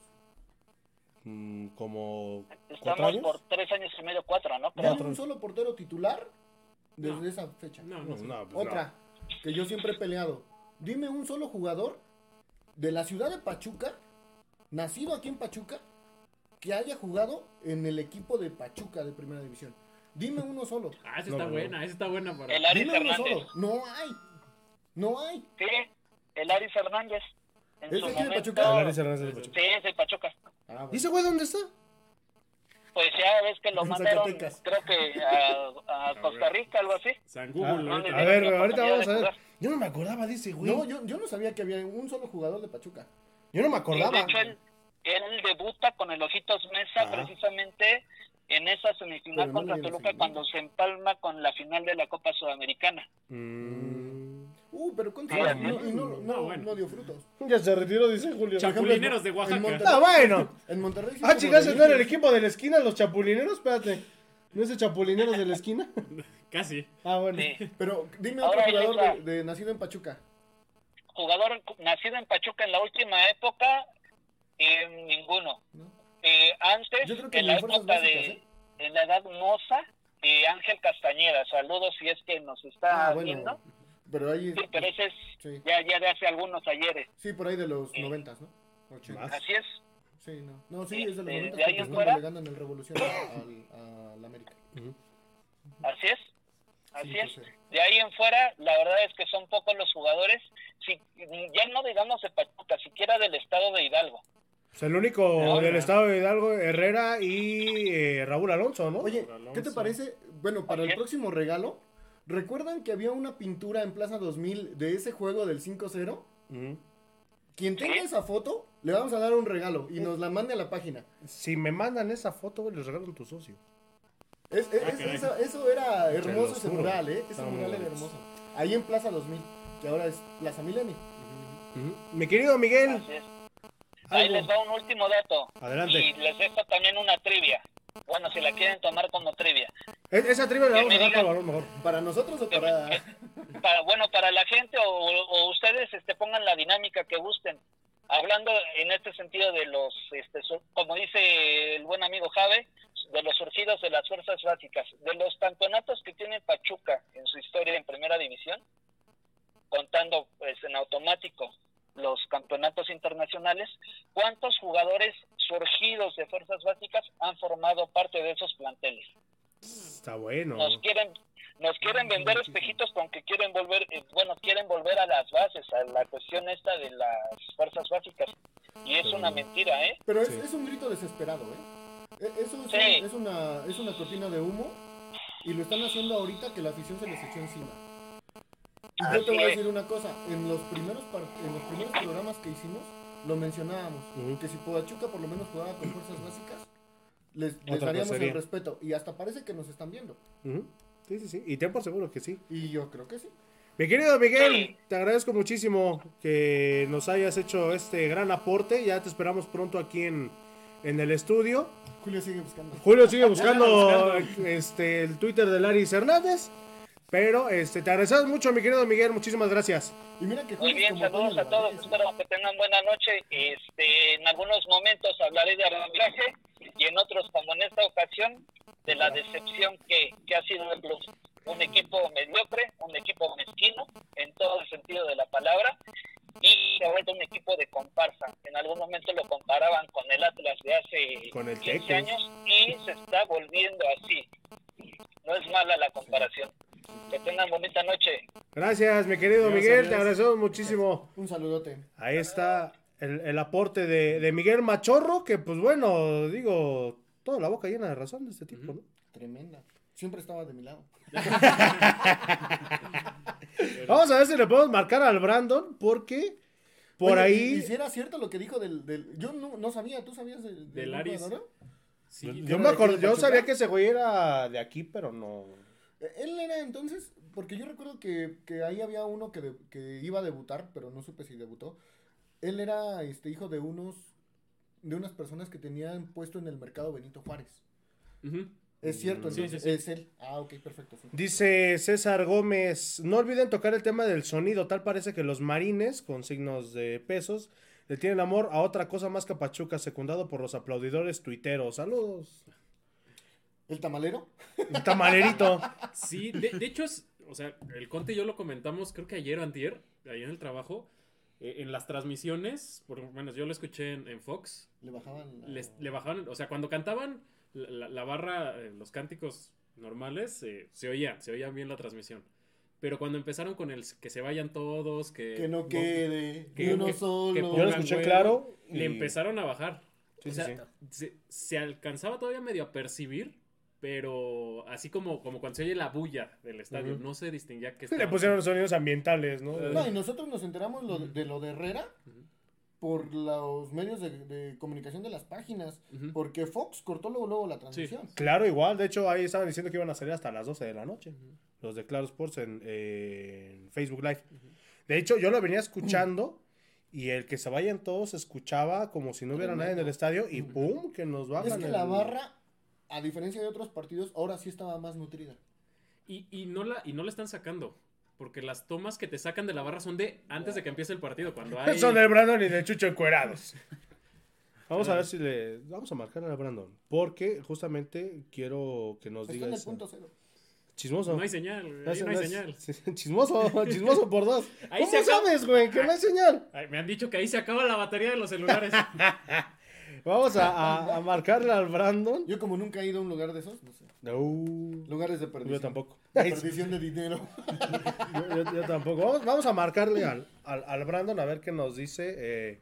Como 4 Estamos años. por 3 años y medio, 4, ¿no? ¿No hay un solo portero titular desde esa fecha? No, no. No, pues no. Otra, que yo siempre he peleado. Dime un solo jugador de la ciudad de Pachuca, nacido aquí en Pachuca, que haya jugado en el equipo de Pachuca de primera división. Dime uno solo. Esa está buena, esa está buena para... El Aris Dime uno Hernández. solo. No hay. Sí, el Aris Hernández. En ¿Es su de aquí de momento- Pachuca? Aris Hernández de Pachuca. Sí, es de Pachuca. Ah, bueno. ¿Y ese güey dónde está? Pues ya ves que lo En mandaron, Zacatecas. creo que a Costa Rica, algo así. San Google, Ah, ahorita. A ver, la ahorita oportunidad vamos de a ver. jugar. Yo no me acordaba de ese güey. No, yo no sabía que había un solo jugador de Pachuca. Yo no me Y de acordaba. hecho, él debuta con el Ojitos Mesa precisamente en esa semifinal Pero no contra le dieron Toluca seguimiento. cuando se empalma con la final de la Copa Sudamericana. Pero ¿cuánto? Ah, No dio frutos. Ya se retiró, dice Julio. Chapulineros de En Oaxaca. Monterrey- Ah, bueno. En Monterrey sí Ah, como chicas, de ¿no era el niños. equipo de la esquina, los chapulineros? Espérate. ¿No es el chapulineros de la esquina? Casi. Ah, bueno. Sí. Pero dime Ahora otro ahí les jugador va. de nacido en Pachuca. Jugador nacido en Pachuca en la última época, ninguno. ¿No? Antes, Yo creo que en la ni fuerzas época básicas, de en la edad moza, Ángel Castañeda. Saludos si es que nos está viendo. Pero ahí... Sí, pero ese es Sí. ya de hace algunos ayeres. Sí, por ahí de los 90, ¿no? 80. Más. Así es. Sí, no. No, sí, es de los 90 de ahí porque es en cuando fuera. le ganan el Revolución al América. Así es. Así Sí, es. pues, De ahí en fuera, la verdad es que son pocos los jugadores, si, ya no digamos de Pachuca, siquiera del estado de Hidalgo. O sea, el único del estado de Hidalgo, Herrera y Raúl Alonso, ¿no? Oye, ¿qué te parece? Bueno, para el Así es. próximo regalo, ¿recuerdan que había una pintura en Plaza 2000 de ese juego del 5-0? Ujú. Quien tenga esa foto, le vamos a dar un regalo y nos la mande a la página. Si me mandan esa foto, güey, les regalo a tu socio. Eso era hermoso, lo ese juro. mural, ¿eh? Ese Está muy mural era bonito. hermoso. Ahí en Plaza 2000, que ahora es Plaza Milenio. Mi querido Miguel. Así es. Ahí algo. les va un último dato. Adelante. Y les dejo también una trivia. Bueno, si la quieren tomar como trivia. Esa trivia la Que vamos me a dar digan- para valor mejor. ¿Para nosotros o para...? Para la gente o ustedes pongan la dinámica que gusten. Hablando en este sentido de los, como dice el buen amigo Jave, de los surgidos de las fuerzas básicas, de los campeonatos que tiene Pachuca en su historia en primera división, contando pues en automático los campeonatos internacionales, ¿cuántos jugadores surgidos de fuerzas básicas han formado parte de esos planteles? Está bueno. Nos quieren vender espejitos con que quieren volver, quieren volver a las bases, a la cuestión esta de las fuerzas básicas. Y es una mentira, ¿eh? Pero Sí. es un grito desesperado, ¿eh? Eso Sí. es una cortina de humo y lo están haciendo ahorita que la afición se les echó encima. Y yo te voy a decir una cosa, en los primeros programas que hicimos lo mencionábamos, Ujú. que si Pachuca por lo menos jugaba con fuerzas básicas, les Otra daríamos cosa sería. el respeto y hasta parece que nos están viendo. Ujú. Sí, sí, sí. Y ten por seguro que sí. Y yo creo que sí. Mi querido Miguel, Sí. te agradezco muchísimo que nos hayas hecho este gran aporte. Ya te esperamos pronto aquí en el estudio. Julio sigue buscando. Julio sigue buscando el Twitter de Aris Hernández. Pero te agradecemos mucho, mi querido Miguel. Muchísimas gracias. Y mira que Muy Julio es bien, como Antonio saludos a todos, Valdés, ¿eh? espero que tengan buena noche. En algunos momentos hablaré de arbitraje y en otros, como en esta ocasión, de la decepción que ha sido el club. Un equipo mediocre, un equipo mezquino, en todo el sentido de la palabra, y se ha vuelto un equipo de comparsa. En algún momento lo comparaban con el Atlas de hace Con el 15 Tecos. años y se está volviendo así. No es mala la comparación. Que tengan bonita noche. Gracias, mi querido Gracias, Miguel. Te adiós. agradecemos muchísimo. Un saludote. Ahí está el aporte de Miguel Machorro. Que, pues bueno, digo, toda la boca llena de razón de este tipo, ¿no? Tremenda. Siempre estaba de mi lado. Vamos a ver si le podemos marcar al Brandon. Porque por Oye, ahí. ¿y si era cierto lo que dijo del... Yo no sabía, ¿tú sabías del Del grupo Aris. de Dora? Sí, Yo ¿era me de acuerdo, aquí de yo Pachuca? sabía que ese güey era de aquí, pero no. Él era entonces, porque yo recuerdo que ahí había uno que iba a debutar, pero no supe si debutó. Él era hijo de unas personas que tenían puesto en el mercado Benito Juárez. Ujú. Es cierto, Sí, entonces sí, sí. es él. Ah, ok, perfecto. Sí. Dice César Gómez, no olviden tocar el tema del sonido, tal parece que los marines, con signos de pesos, le tienen amor a otra cosa más que a Pachuca, secundado por los aplaudidores tuiteros. Saludos. ¿El tamalero? El tamalerito. Sí, de hecho O sea, el Conte y yo lo comentamos, creo que ayer o antier, ahí en el trabajo, en las transmisiones, por lo menos yo lo escuché en Fox. Le bajaban. Le bajaban, o sea, cuando cantaban la barra, los cánticos normales, se oía bien la transmisión. Pero cuando empezaron con el que se vayan todos, que no quede, que uno que solo. Yo lo escuché claro. Le empezaron a bajar. Sí, O sea, se alcanzaba todavía medio a percibir, pero así como cuando se oye la bulla del estadio, no se distinguía que Le pusieron los sonidos ambientales, ¿no? No, y nosotros nos enteramos de lo de Herrera por los medios de comunicación de las páginas, porque Fox cortó luego la transmisión. Claro, igual. De hecho, ahí estaban diciendo que iban a salir hasta las 12 de la noche. Los de Claro Sports en Facebook Live. De hecho, yo lo venía escuchando y el que se vayan todos se escuchaba como si no hubiera nadie en el estadio y ¡pum! Que nos bajan. Es que la barra, a diferencia de otros partidos, ahora sí estaba más nutrida. Y no la están sacando. Porque las tomas que te sacan de la barra son de antes de que empiece el partido. Cuando hay... Son de Brandon y de Chucho encuerados. Vamos a ver si vamos a marcar a Brandon. Porque justamente quiero que nos diga. Está en el punto cero. Chismoso. No hay señal, güey. Ahí no hay señal. Chismoso por dos. Ahí ¿Cómo sabes, güey, que no hay señal? Ay, me han dicho que ahí se acaba la batería de los celulares. Vamos a marcarle al Brandon. Yo como nunca he ido a un lugar de esos, no sé. No. Lugares de perdición. Yo tampoco. De perdición de dinero. Yo tampoco. Vamos a marcarle al Brandon a ver qué nos dice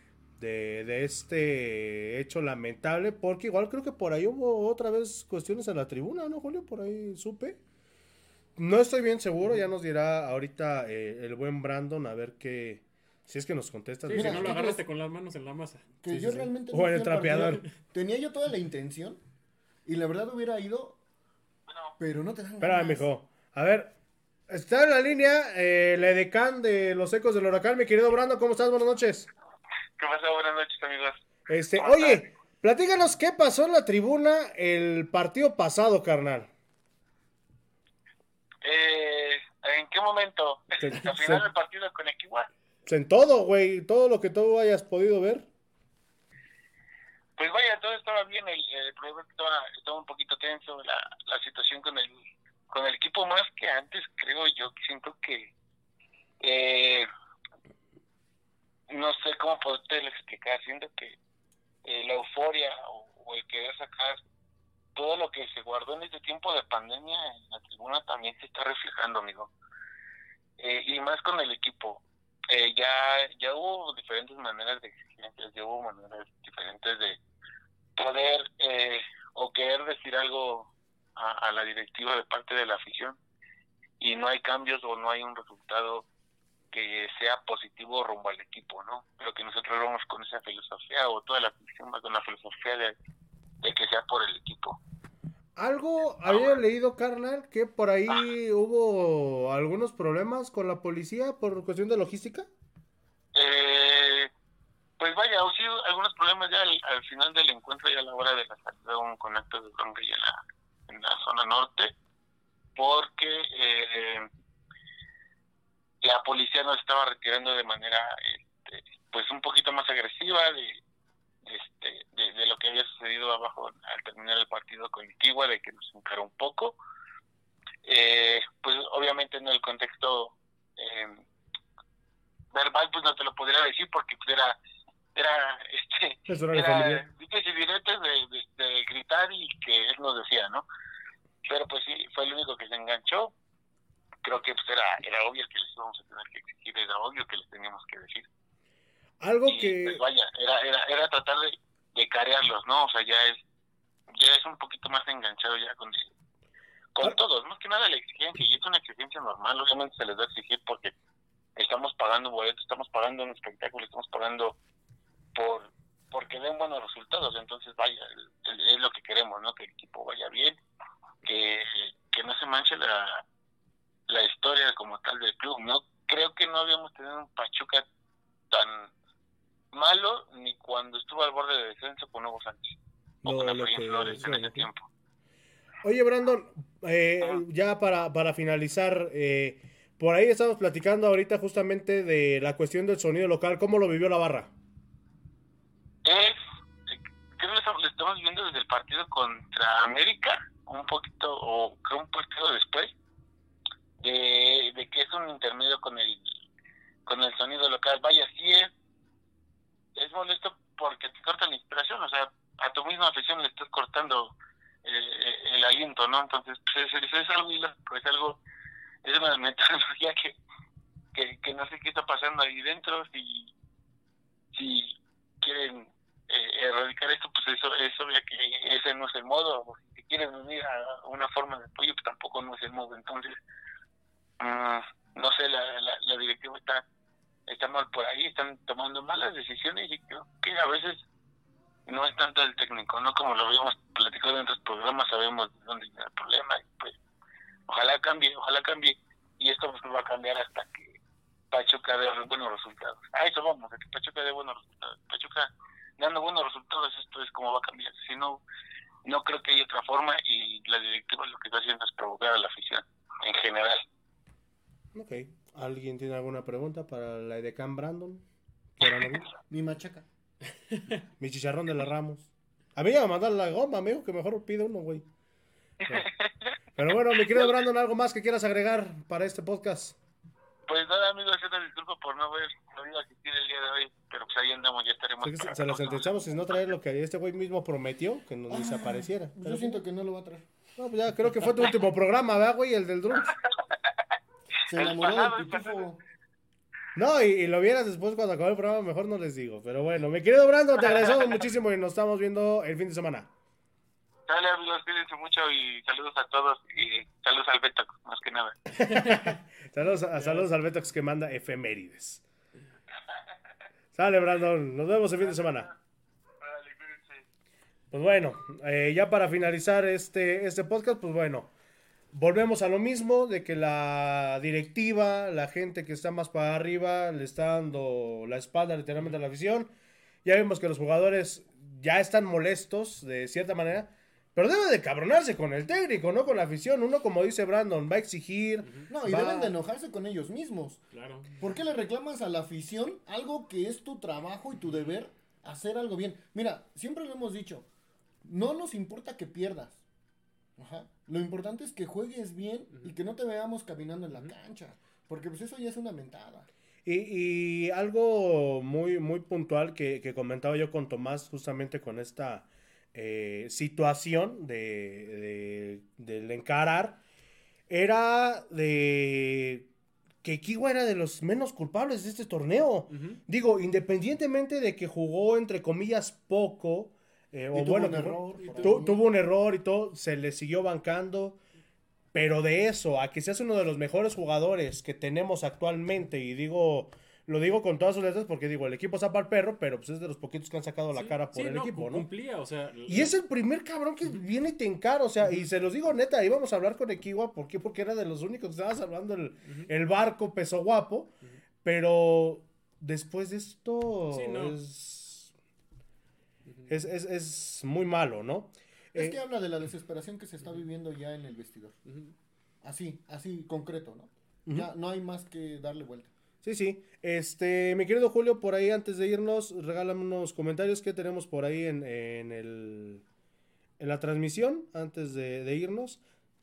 de este hecho lamentable. Porque igual creo que por ahí hubo otra vez cuestiones en la tribuna, ¿no, Julio? Por ahí supe. No estoy bien seguro. Ya nos dirá ahorita el buen Brandon a ver qué... Si es que nos contestas. Sí, Mira, si no lo agarraste con las manos en la masa. Que Sí, yo sí. realmente O en el fui al trapeador. partido. Tenía yo toda la intención y la verdad hubiera ido, pero no te dan Espérame, ganas. mijo. A ver, está en la línea el edecán de los Ecos del Huracán, mi querido Brandon. ¿Cómo estás? Buenas noches. ¿Qué pasa? Buenas noches, amigos. Oye, platícanos qué pasó en la tribuna el partido pasado, carnal. ¿En qué momento? Al final del partido con Equigua. En todo, güey, todo lo que tú hayas podido ver. Pues vaya, todo estaba bien. El problema es que estaba un poquito tenso la situación con el equipo, más que antes, creo yo. Siento que no sé cómo poderlo explicar. Siento que la euforia o el querer sacar todo lo que se guardó en este tiempo de pandemia en la tribuna también se está reflejando, amigo. Y más con el equipo. Ya hubo diferentes maneras de exigencias, ya hubo maneras diferentes de poder o querer decir algo a la directiva de parte de la afición, y no hay cambios o no hay un resultado que sea positivo rumbo al equipo, ¿no? Pero que nosotros vamos con esa filosofía, o toda la afición va con la filosofía de que sea por el equipo. Algo había leído, carnal, que por ahí hubo algunos problemas con la policía por cuestión de logística. Pues vaya, sí, algunos problemas ya al final del encuentro, ya a la hora de la salida, un contacto de bronca ya en la zona norte, porque la policía nos estaba retirando de manera pues un poquito más agresiva de lo que había sucedido abajo al terminar el partido con Iquigua, de que nos encaró un poco. Pues obviamente en el contexto verbal pues no te lo podría decir, porque pues era dices y diretes de gritar y que él nos decía, ¿no? Pero pues sí, fue el único que se enganchó. Creo que pues era obvio que les íbamos a tener que exigir, era obvio que les teníamos que decir. Algo y, que... pues vaya, era tratar de carearlos, ¿no? O sea, ya es un poquito más enganchado ya con todos, más que nada la exigencia, y es una exigencia normal. Obviamente se les va a exigir porque estamos pagando boletos, estamos pagando un espectáculo, estamos pagando porque den buenos resultados. Entonces vaya, es lo que queremos, ¿no? Que el equipo vaya bien, que no se manche la historia como tal del club, ¿no? Creo que no habíamos tenido un Pachuca tan malo ni cuando estuvo al borde de descenso con Hugo Sánchez o con Efraín Flores en ese tiempo. Oye, Brandon, ya para finalizar, por ahí estamos platicando ahorita justamente de la cuestión del sonido local. ¿Cómo lo vivió la barra? Creo que lo estamos viendo desde el partido contra América, un poquito, o creo un partido después. de que es un intermedio con el sonido local. Vaya, sí es molesto porque te corta la inspiración, o sea, a tu misma afición le estás cortando el aliento, ¿no? Entonces, pues, es algo ilógico, es una metodología que no sé qué está pasando ahí dentro. Si quieren erradicar esto, pues eso es obvio que ese no es el modo. Si quieren unir a una forma de apoyo, pues tampoco no es el modo. Entonces, no sé, la directiva está mal por ahí, están tomando malas decisiones, y creo que a veces no es tanto el técnico, ¿no? Como lo habíamos platicado en otros programas, sabemos de dónde viene el problema, y pues ojalá cambie, y esto pues no va a cambiar hasta que Pachuca dé buenos resultados. A eso vamos, a que Pachuca dé buenos resultados. Pachuca dando buenos resultados, esto es como va a cambiar. Si no, no creo que haya otra forma, y la directiva lo que está haciendo es provocar a la afición en general. Ok. ¿Alguien tiene alguna pregunta para la edecán Brandon? Mi machaca. Mi chicharrón de la Ramos. A mí ya me mandar la goma, amigo, que mejor pide uno, güey. Pero bueno, mi querido Brandon, ¿algo más que quieras agregar para este podcast? Pues nada, amigos, yo te disculpo por no haber podido asistir el día de hoy, pero pues ahí andamos, ya estaremos. Se lo sentenciamos sin no traer lo que este güey mismo prometió, que nos desapareciera. Pues yo siento que no lo va a traer. No, pues ya creo que fue tu último programa, ¿verdad, güey? El del Drunk. Se enamoró del pitufo. No, y lo vieras después cuando acabó el programa, mejor no les digo. Pero bueno, mi querido Brandon, te agradecemos muchísimo y nos estamos viendo el fin de semana. Dale, amigos, cuídense mucho y saludos a todos, y saludos al Beto, más que nada. Saludos al Betox que manda efemérides. Sale, Brandon, nos vemos el fin de semana. Dale, cuídense. Pues bueno, ya para finalizar este podcast, pues bueno, volvemos a lo mismo, de que la directiva, la gente que está más para arriba, le está dando la espalda literalmente a la afición. Ya vimos que los jugadores ya están molestos de cierta manera, pero debe de cabronarse con el técnico, no con la afición. Uno, como dice Brandon, va a exigir. No, y deben de enojarse con ellos mismos. Claro. ¿Por qué le reclamas a la afición algo que es tu trabajo y tu deber, hacer algo bien? Mira, siempre lo hemos dicho, no nos importa que pierdas. Ajá. Lo importante es que juegues bien y que no te veamos caminando en la cancha, porque pues eso ya es una mentada. Y algo muy, muy puntual que comentaba yo con Tomás, justamente con esta situación del encarar, era de que Kiwa era de los menos culpables de este torneo. Digo, independientemente de que jugó entre comillas poco, o bueno, tuvo un error y todo, se le siguió bancando. Pero de eso, a que seas uno de los mejores jugadores que tenemos actualmente, y lo digo con todas sus letras porque digo, el equipo está para el perro, pero pues es de los poquitos que han sacado la cara por el equipo, ¿no? Cumplía, o sea, Y es el primer cabrón que viene y te encara, o sea, y se los digo neta, íbamos a hablar con Equiwa, ¿por qué? Porque era de los únicos que estaba salvando el barco, peso guapo, pero después de esto es muy malo, ¿no? Es que habla de la desesperación que se está viviendo ya en el vestidor. Así concreto, ¿no? Ya no hay más que darle vuelta. Sí. Mi querido Julio, por ahí antes de irnos, regálame unos comentarios que tenemos por ahí en la transmisión, antes de irnos.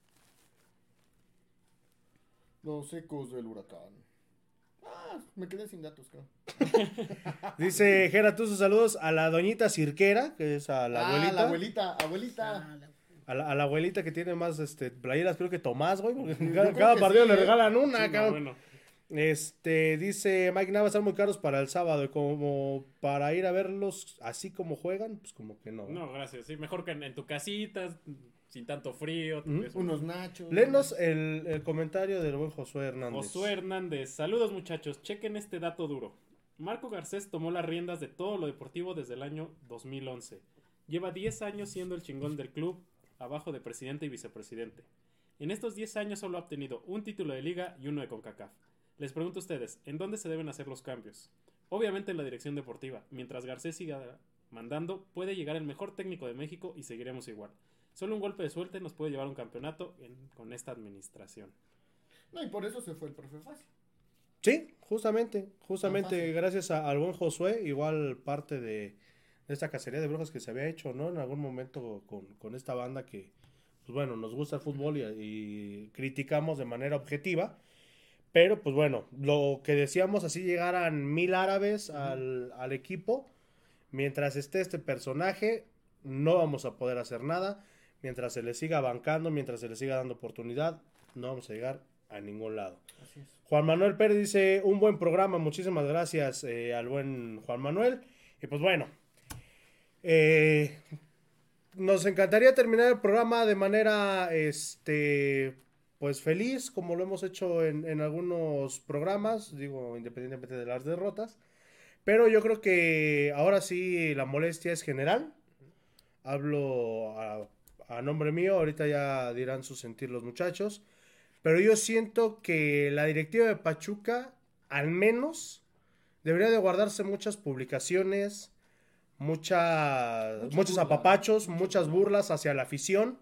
Los ecos del huracán. Me quedé sin datos, creo. Dice Gera, tus saludos a la doñita cirquera, que es a la abuelita. La abuelita. A la abuelita que tiene más playeras, creo que Tomás, güey, porque cada partido le regalan una, sí, cabrón. Bueno. Dice Mike Nava, están muy caros para el sábado, y como para ir a verlos así como juegan, pues como que no. No, gracias, sí, mejor que en tu casita, sin tanto frío. Unos nachos. Léenos el comentario del buen Josué Hernández. Josué Hernández, saludos muchachos, chequen este dato duro. Marco Garcés tomó las riendas de todo lo deportivo desde el año 2011. Lleva 10 años siendo el chingón del club, abajo de presidente y vicepresidente. En estos 10 años solo ha obtenido un título de liga y uno de CONCACAF. Les pregunto a ustedes, ¿en dónde se deben hacer los cambios? Obviamente en la dirección deportiva. Mientras Garcés siga mandando, puede llegar el mejor técnico de México y seguiremos igual. Solo un golpe de suerte nos puede llevar a un campeonato con esta administración. No, y por eso se fue el profe Fácil. Sí, justamente gracias al buen Josué, igual parte de esta cacería de brujas que se había hecho, ¿no? En algún momento con esta banda que pues bueno, nos gusta el fútbol y criticamos de manera objetiva. Pero, pues bueno, lo que decíamos, así llegaran 1000 árabes al equipo. Mientras esté este personaje, no vamos a poder hacer nada. Mientras se le siga bancando, mientras se le siga dando oportunidad, no vamos a llegar a ningún lado. Así es. Juan Manuel Pérez dice, un buen programa, muchísimas gracias al buen Juan Manuel. Y pues bueno, nos encantaría terminar el programa de manera, pues feliz, como lo hemos hecho en algunos programas, digo, independientemente de las derrotas. Pero yo creo que ahora sí la molestia es general. Hablo a nombre mío, ahorita ya dirán su sentir los muchachos. Pero yo siento que la directiva de Pachuca, al menos, debería de guardarse muchas publicaciones, muchos apapachos, muchas burlas hacia la afición.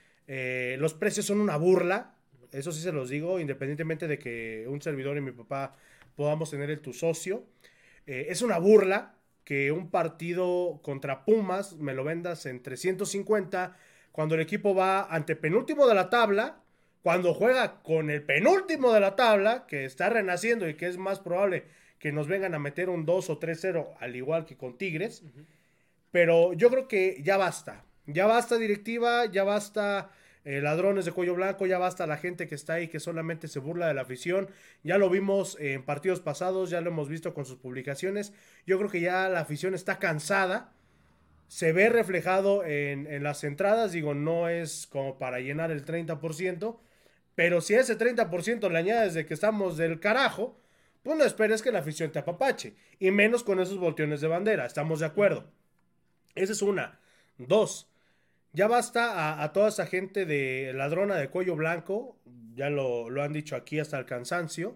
Los precios son una burla, eso sí se los digo, independientemente de que un servidor y mi papá podamos tener el tu socio. Es una burla que un partido contra Pumas me lo vendas en 350 cuando el equipo va ante penúltimo de la tabla, cuando juega con el penúltimo de la tabla, que está renaciendo y que es más probable que nos vengan a meter un 2 o 3-0, al igual que con Tigres. Pero yo creo que ya basta directiva, ya basta ladrones de cuello blanco, ya basta la gente que está ahí que solamente se burla de la afición. Ya lo vimos en partidos pasados, ya lo hemos visto con sus publicaciones. Yo creo que ya la afición está cansada, se ve reflejado en las entradas, digo, no es como para llenar el 30%, pero si a ese 30% le añades de que estamos del carajo, pues no esperes que la afición te apapache, y menos con esos volteones de bandera, estamos de acuerdo. Esa es una. Dos, ya basta a toda esa gente de ladrona de cuello blanco, ya lo han dicho aquí hasta el cansancio,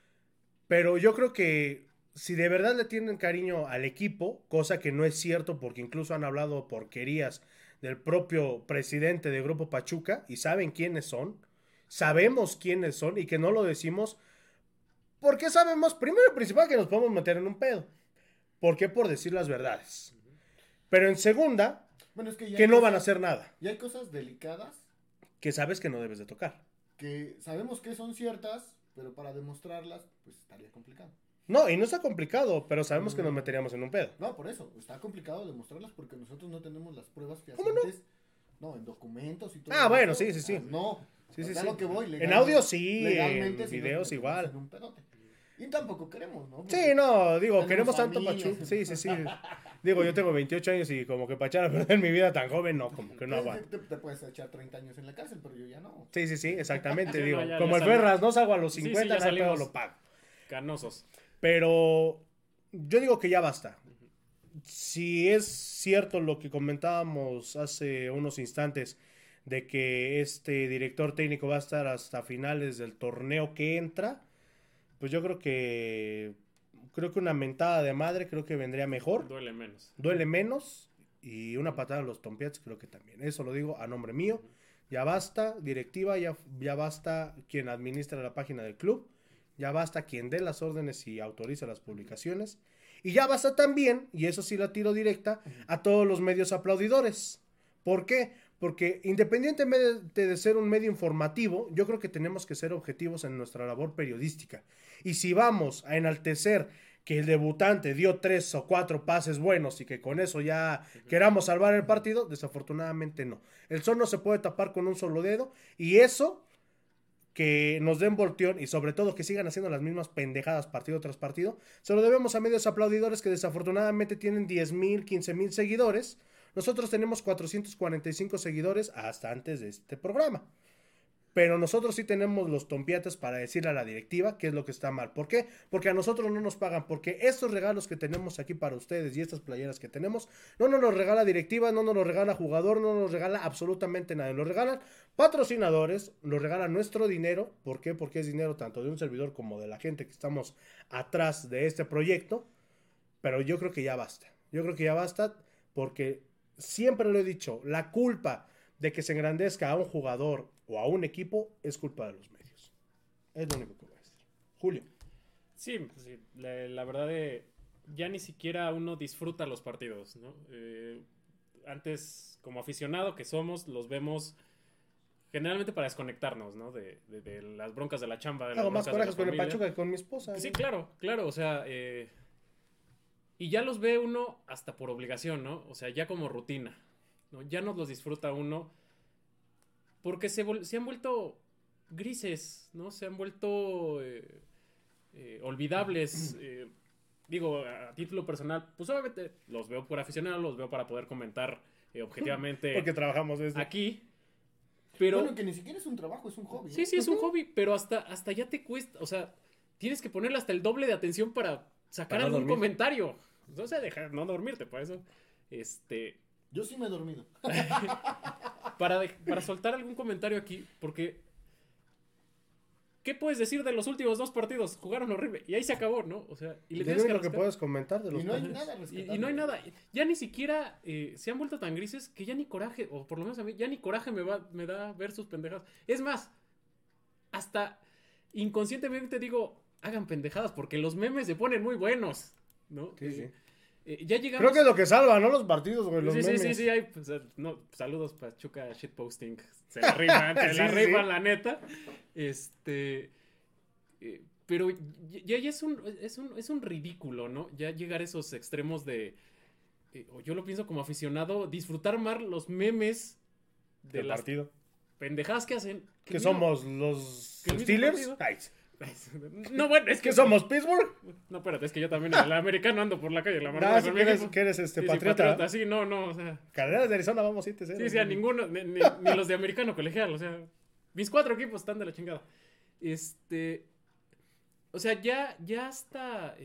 pero yo creo que si de verdad le tienen cariño al equipo, cosa que no es cierto porque incluso han hablado porquerías del propio presidente de Grupo Pachuca y saben quiénes son, sabemos quiénes son y que no lo decimos porque sabemos, primero y principal, que nos podemos meter en un pedo. ¿Por qué? Por decir las verdades. Pero en segunda, Bueno, es que que no van a hacer nada. Y hay cosas delicadas Que sabes que no debes de tocar. que sabemos que son ciertas, pero para demostrarlas, pues estaría complicado. No, y no está complicado, pero sabemos que nos meteríamos en un pedo. No, por eso, está complicado demostrarlas porque nosotros no tenemos las pruebas ¿Cómo no? fehacientes. No, en documentos y todo. Ah, bueno, eso. sí, sí, sí. No, Sí, sí, o sea, sí. lo que voy, En audio sí, legalmente en sí nos videos metemos igual. en un pedote. Y tampoco queremos, ¿no? Sí, no, digo, tenemos queremos tanto familia. Pachuca. Sí, sí, sí. Digo, yo tengo 28 años y como que para echar a perder mi vida tan joven, no, como que no aguanto. Te puedes echar 30 años en la cárcel, pero yo ya no. Sí, sí, sí, exactamente. Sí, digo, no, ya como el salimos. Ferras, no salgo a los Sí, sí, 50, ya no hay pedo, salimos. lo pago. Canosos. Pero yo digo que ya basta. Si es cierto lo que comentábamos hace unos instantes de que este director técnico va a estar hasta finales del torneo que entra, pues yo creo que una mentada de madre creo que vendría mejor. Duele menos y una patada en los tompiates creo que también. Eso lo digo a nombre mío. Ya basta, directiva, ya basta quien administra la página del club. Ya basta quien dé las órdenes y autoriza las publicaciones. Y ya basta también, y eso sí la tiro directa, a todos los medios aplaudidores. ¿Por qué? Porque independientemente de ser un medio informativo, yo creo que tenemos que ser objetivos en nuestra labor periodística. Y si vamos a enaltecer que el debutante dio 3 o 4 pases buenos y que con eso ya queramos salvar el partido, desafortunadamente no. El sol no se puede tapar con un solo dedo, y eso, que nos den volteón y sobre todo que sigan haciendo las mismas pendejadas partido tras partido, se lo debemos a medios aplaudidores que desafortunadamente tienen 10,000, 15,000 seguidores. Nosotros tenemos 445 seguidores hasta antes de este programa. Pero nosotros sí tenemos los tompiates para decirle a la directiva qué es lo que está mal. ¿Por qué? Porque a nosotros no nos pagan. Porque estos regalos que tenemos aquí para ustedes y estas playeras que tenemos, no nos los regala directiva, no nos los regala jugador, no nos los regala absolutamente nadie. Los regalan patrocinadores, nos regalan nuestro dinero. ¿Por qué? Porque es dinero tanto de un servidor como de la gente que estamos atrás de este proyecto. Pero yo creo que ya basta. Yo creo que ya basta porque siempre lo he dicho, la culpa de que se engrandezca a un jugador o a un equipo es culpa de los medios. Es lo único que voy a decir. Julio. Sí, la verdad ya ni siquiera uno disfruta los partidos, ¿no? Antes, como aficionado que somos, los vemos generalmente para desconectarnos, ¿no? De las broncas de la chamba. De las Hago más broncas de corajes la con el familia. Pachuca que con mi esposa. Sí, ¿no? claro, o sea, y ya los ve uno hasta por obligación, ¿no? O sea, ya como rutina, ¿no? Ya no los disfruta uno porque se han vuelto grises, ¿no? Se han vuelto olvidables. Digo, a título personal, pues obviamente los veo por aficionado, los veo para poder comentar objetivamente Porque trabajamos desde... aquí, pero... Bueno, que ni siquiera es un trabajo, es un hobby. Sí, sí, es un hobby, pero hasta ya te cuesta, o sea, tienes que ponerle hasta el doble de atención para sacar Para no algún dormir. comentario. O sea, dejar no dormirte, por eso. Yo sí me he dormido. Para soltar algún comentario aquí, porque ¿qué puedes decir de los últimos 2 partidos? Jugaron horrible y ahí se acabó, ¿no? O sea, y le tienes Dime que lo que rascar. puedes comentar de los Y no hay partidos. nada rescatable. Y no hay nada. Ya ni siquiera se han vuelto tan grises que ya ni coraje, o por lo menos a mí, ya ni coraje me da ver sus pendejadas. Es más, hasta inconscientemente digo, hagan pendejadas, porque los memes se ponen muy buenos, ¿no? Sí, sí. Ya llegamos... Creo que es lo que salva, ¿no? Los partidos, güey. Los Sí, memes. hay, pues, no, saludos Pachuca shitposting. Se la rifan, Sí, sí. la neta. Pero ya es un ridículo, ¿no? Ya llegar a esos extremos de... o yo lo pienso como aficionado, disfrutar más los memes de Del las partido. pendejadas que hacen. ¿Que mira, somos los que el mismo Steelers? partido. Ay, No, bueno, es que... ¿Que somos Pittsburgh? No, espérate, es que yo también en el americano ando por la calle. La No, amargura si con mi quieres, equipo. que eres Sí, sí, patriota. sí, no, o sea... Carreras de Arizona, vamos 7-0. Sí, sí, a ninguno, ni los de americano colegial, o sea, mis 4 equipos están de la chingada. O sea, ya está,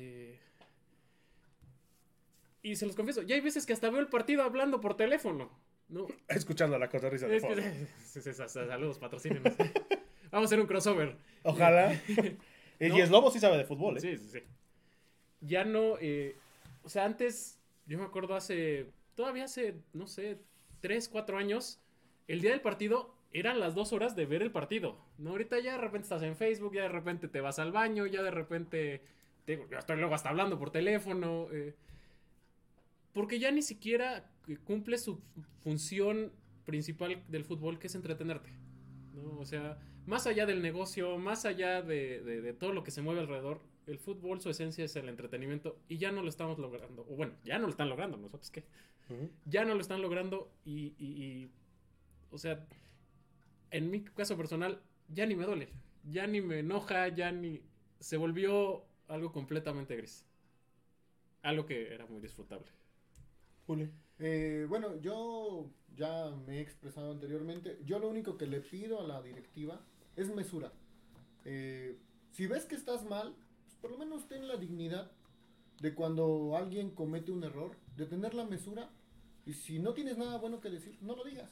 y se los confieso, ya hay veces que hasta veo el partido hablando por teléfono, ¿no? Escuchando la cotorrisa de Es que, fondo. saludos, patrocínenos. Vamos a hacer un crossover. Ojalá. Y No. Slobo sí sabe de fútbol, ¿eh? Sí. Ya no, o sea, antes, yo me acuerdo todavía hace, no sé, 3, 4 años, el día del partido eran las 2 horas de ver el partido, ¿no? Ahorita ya de repente estás en Facebook, ya de repente te vas al baño, ya de repente, ya estoy luego hasta hablando por teléfono, porque ya ni siquiera cumple su función principal del fútbol, que es entretenerte, ¿no? O sea, más allá del negocio, más allá de todo lo que se mueve alrededor, el fútbol, su esencia es el entretenimiento, y ya no lo estamos logrando. O bueno, ya no lo están logrando, nosotros qué. Ya no lo están logrando o sea, en mi caso personal, ya ni me duele, ya ni me enoja, se volvió algo completamente gris. Algo que era muy disfrutable. Julio. Bueno, yo ya me he expresado anteriormente. Yo lo único que le pido a la directiva es mesura. Si ves que estás mal, pues por lo menos ten la dignidad de cuando alguien comete un error, de tener la mesura. Y si no tienes nada bueno que decir, no lo digas.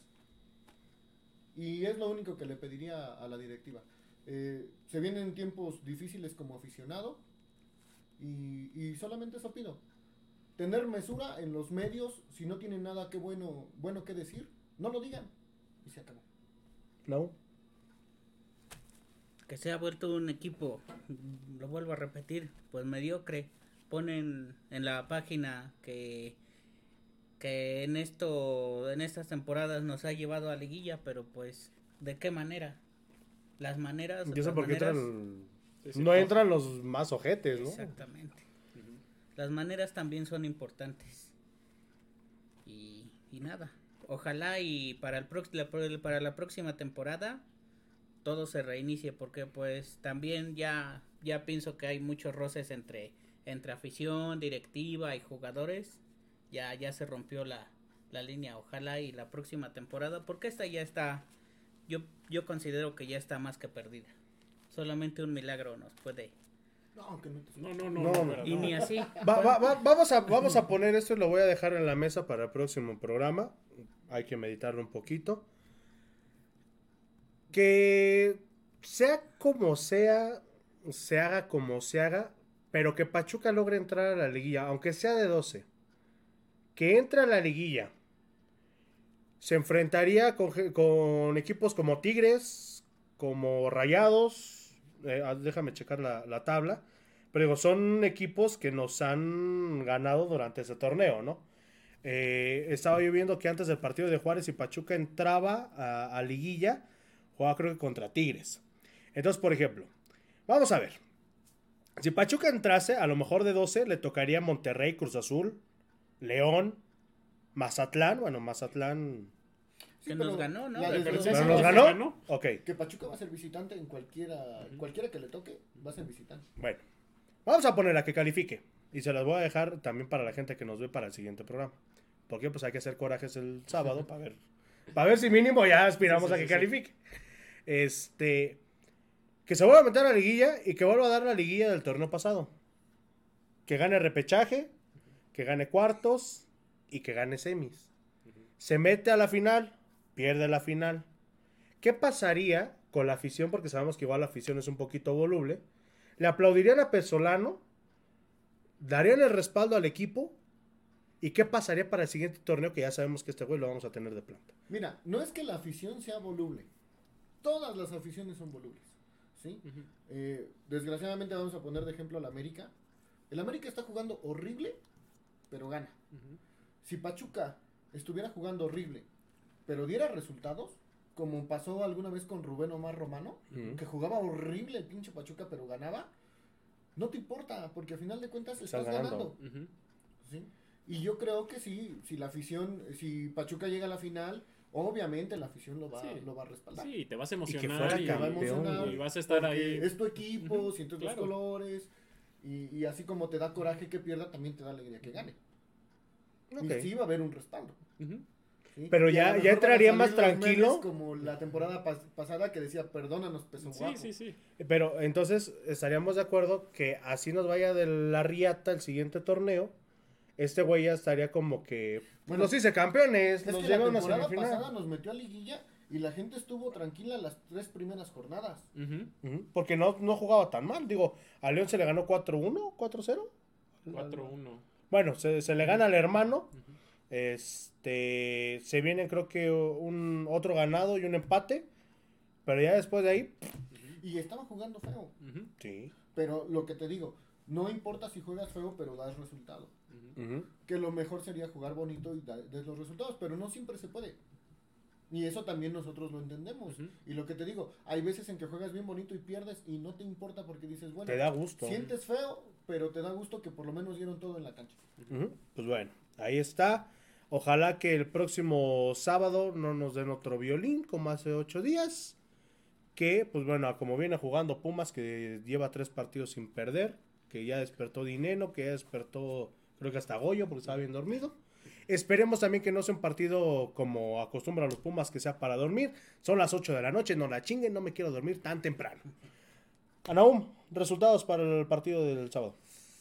Y es lo único que le pediría a la directiva. Se vienen tiempos difíciles como aficionado y solamente eso pido. Tener mesura en los medios. Si no tienen nada bueno que decir, no lo digan. Y se acabó. No. Que se ha vuelto un equipo, lo vuelvo a repetir, pues mediocre. Ponen en la página que en estas temporadas nos ha llevado a liguilla, pero pues ¿de qué manera? Las maneras, Yo sé las por qué maneras- no entran los más ojetes, ¿no? Exactamente. Las maneras también son importantes. Y nada. Ojalá y para la próxima temporada todo se reinicie, porque pues también ya pienso que hay muchos roces entre afición, directiva y jugadores. Ya se rompió la línea. Ojalá y la próxima temporada, porque esta ya está, yo considero que ya está más que perdida. Solamente un milagro nos puede. No, que no te... No. Y ni así. Vamos a poner esto y lo voy a dejar en la mesa para el próximo programa. Hay que meditarlo un poquito. Que sea como sea, se haga como se haga, pero que Pachuca logre entrar a la liguilla, aunque sea de 12. Que entre a la liguilla. Se enfrentaría con equipos como Tigres, como Rayados. Déjame checar la tabla. Pero digo, son equipos que nos han ganado durante ese torneo, ¿no? Estaba yo viendo que antes del partido de Juárez y Pachuca entraba a liguilla Juega creo que contra Tigres. Entonces, por ejemplo, vamos a ver. Si Pachuca entrase, a lo mejor de 12 le tocaría Monterrey, Cruz Azul, León, Mazatlán. Bueno, Mazatlán... Que nos ganó, ¿no? la Pero desgracia ¿Pero sí, nos sí, ganó? ganó. Ok, que Pachuca va a ser visitante en cualquiera que le toque, va a ser visitante. bueno. Vamos a poner a que califique. Y se las voy a dejar también para la gente que nos ve para el siguiente programa. Porque pues hay que hacer corajes el sábado para ver si mínimo ya aspiramos Sí, a que sí. califique. Que se vuelva a meter a la liguilla y que vuelva a dar la liguilla del torneo pasado. Que gane repechaje, que gane cuartos y que gane semis. Se mete a la final, pierde la final. ¿Qué pasaría con la afición? Porque sabemos que igual la afición es un poquito voluble. ¿Le aplaudirían a Pesolano? ¿Darían el respaldo al equipo? ¿Y qué pasaría para el siguiente torneo? Que ya sabemos que este güey lo vamos a tener de planta. Mira, no es que la afición sea voluble. Todas las aficiones son volubles. ¿Sí? Desgraciadamente vamos a poner de ejemplo al América. El América está jugando horrible, pero gana. Si Pachuca estuviera jugando horrible, pero diera resultados, como pasó alguna vez con Rubén Omar Romano, que jugaba horrible el pinche Pachuca, pero ganaba, no te importa, porque al final de cuentas estás ganando. ¿Sí? Y yo creo que sí, si la afición, si Pachuca llega a la final, obviamente la afición lo va a respaldar. Sí, te vas a fuera emocionar campeón, y vas a estar Porque ahí. es tu equipo, sientes claro. los colores, y así como te da coraje que pierda, también te da alegría que gane. Ok. Y sí va a haber un respaldo. Ujú. ¿sí? Pero Y ya- a lo ya mejor entraría van a más salir los tranquilo. memes como la temporada pasada que decía, perdónanos, peso Sí, guapo. sí, sí. Pero entonces estaríamos de acuerdo que así nos vaya de la riata el siguiente torneo. Este güey ya estaría como que Bueno, nos hice campeones, Es nos que lleva a la una temporada semifinal. pasada nos metió a liguilla y la gente estuvo tranquila las 3 primeras jornadas. Ujú. Ujú, porque no jugaba tan mal. Digo, a León se le ganó 4-1, 4-0. 4-1. Bueno, se le gana al hermano. Se viene creo que un otro ganado y un empate. Pero ya después de ahí, Y estaba jugando feo. Ujú. sí. Pero lo que te digo, no importa si juegas feo, pero das resultado. Ujú. Que lo mejor sería jugar bonito y dar los resultados, pero no siempre se puede. Y eso también nosotros lo entendemos. Ujú. Y lo que te digo, hay veces en que juegas bien bonito y pierdes y no te importa porque dices, bueno, Te da gusto. sientes feo, pero te da gusto que por lo menos dieron todo en la cancha. Ujú. Pues bueno, ahí está. Ojalá que el próximo sábado no nos den otro violín como hace 8 días. Que, pues bueno, como viene jugando Pumas, que lleva 3 partidos sin perder. Que ya despertó Dineno, que ya despertó, creo que hasta Goyo, porque estaba bien dormido. Esperemos también que no sea un partido como acostumbran los Pumas, que sea para dormir. Son las 8 de la noche, no la chinguen, no me quiero dormir tan temprano. Anaum, resultados para el partido del sábado.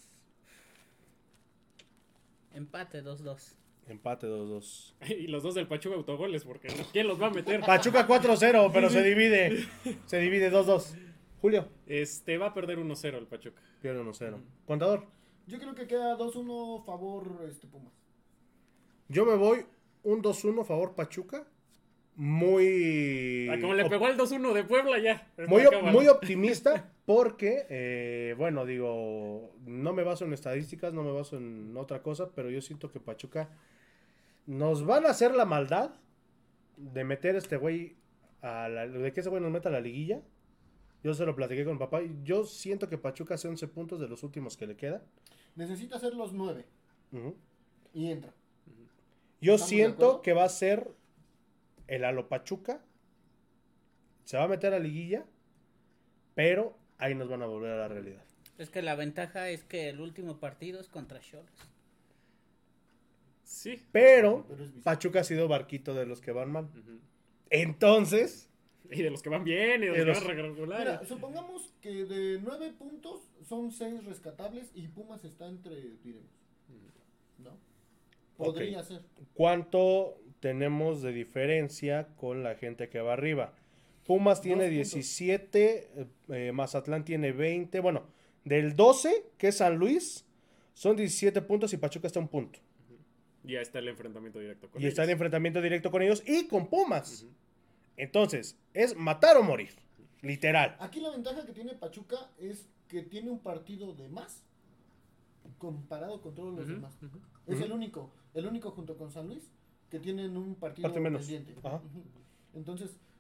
Empate 2-2. Empate 2-2. Y los dos del Pachuca autogoles, porque ¿quién los va a meter? Pachuca 4-0, pero se divide 2-2. Julio. Va a perder 1-0 el Pachuca. Pierde 1-0. Contador. Yo creo que queda 2-1 favor Pumas. Yo me voy un 2-1 favor Pachuca. Muy... Como le pegó el 2-1 de Puebla ya. Muy optimista porque, bueno, digo, no me baso en estadísticas, no me baso en otra cosa, pero yo siento que Pachuca nos van a hacer la maldad de meter a este güey de que ese güey nos meta a la liguilla. Yo se lo platiqué con papá y yo siento que Pachuca hace 11 puntos de los últimos que le quedan. Necesita hacer los 9 Ujú. y entra. Yo ¿Estamos de siento acuerdo? que va a ser el Alo Pachuca. Se va a meter a liguilla, pero ahí nos van a volver a la realidad. Es que la ventaja es que el último partido es contra Xolos. Sí. Pero Pero es visita. Pachuca ha sido barquito de los que van mal. Ujú. Entonces, Y de los que van bien, y de los que van regular. Mira, supongamos que de 9 puntos son 6 rescatables y Pumas está entre, diremos. ¿No? Podría ser. ¿cuánto tenemos de diferencia con la gente que va arriba? Pumas tiene 2 puntos. 17, Mazatlán tiene 20. Bueno, del 12, que es San Luis, son 17 puntos y Pachuca está a un punto. Ya está el enfrentamiento directo con Y está en ellos. enfrentamiento directo con ellos y con Pumas. Entonces, es matar o morir. Literal. Aquí la ventaja que tiene Pachuca es que tiene un partido de más comparado con todos los Ujú, demás. ujú. Es Ujú. el único junto con San Luis que tienen un partido Parte menos. pendiente. Ajá. Ujú. Entonces,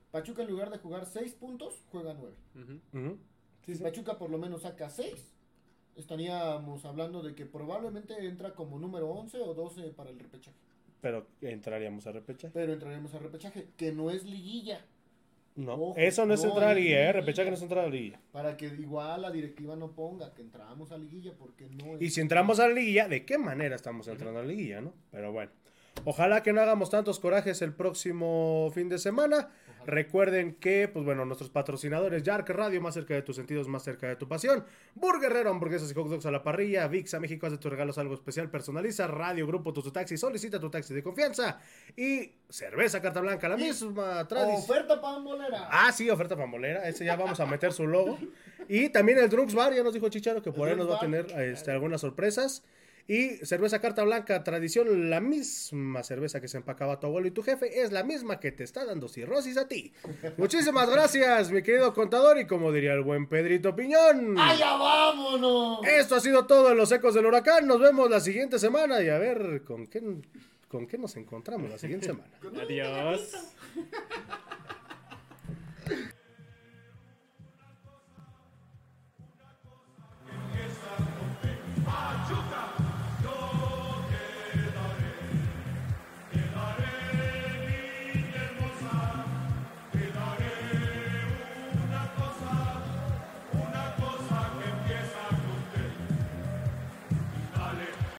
Pachuca en lugar de jugar 6 puntos, juega 9. Ujú. Sí, Si sí. Pachuca por lo menos saca 6, estaríamos hablando de que probablemente entra como número 11 o 12 para el repechaje. Pero entraríamos a repechaje. Pero entraremos a repechaje, que no es liguilla. No, Ojo, eso no es no entrar a es liguilla, liguilla. repechaje no es entrar a liguilla. Para que igual la directiva no ponga que entramos a liguilla porque no es. Y si entramos a la liguilla, ¿de qué manera estamos entrando a la liguilla, no? Pero bueno. Ojalá que no hagamos tantos corajes el próximo fin de semana. Recuerden que, pues bueno, nuestros patrocinadores, Yark Radio, más cerca de tus sentidos, más cerca de tu pasión. Burguerrero, hamburguesas y hot dogs a la parrilla. VIX México, hace tus regalos algo especial, personaliza. Radio Grupo Tu Taxi, solicita tu taxi de confianza. Y cerveza Carta Blanca, la misma tradición. Oferta pambolera. Ah, sí, oferta pambolera. Ese ya vamos a meter su logo. Y también el Drux Bar, ya nos dijo Chicharo que por ahí nos va a tener algunas sorpresas. Y cerveza Carta Blanca, tradición, la misma cerveza que se empacaba tu abuelo y tu jefe, es la misma que te está dando cirrosis a ti. Muchísimas gracias, mi querido contador, y como diría el buen Pedrito Piñón. ¡Allá vámonos! Esto ha sido todo en Los Ecos del Huracán. Nos vemos la siguiente semana y a ver con qué nos encontramos la siguiente semana. Adiós.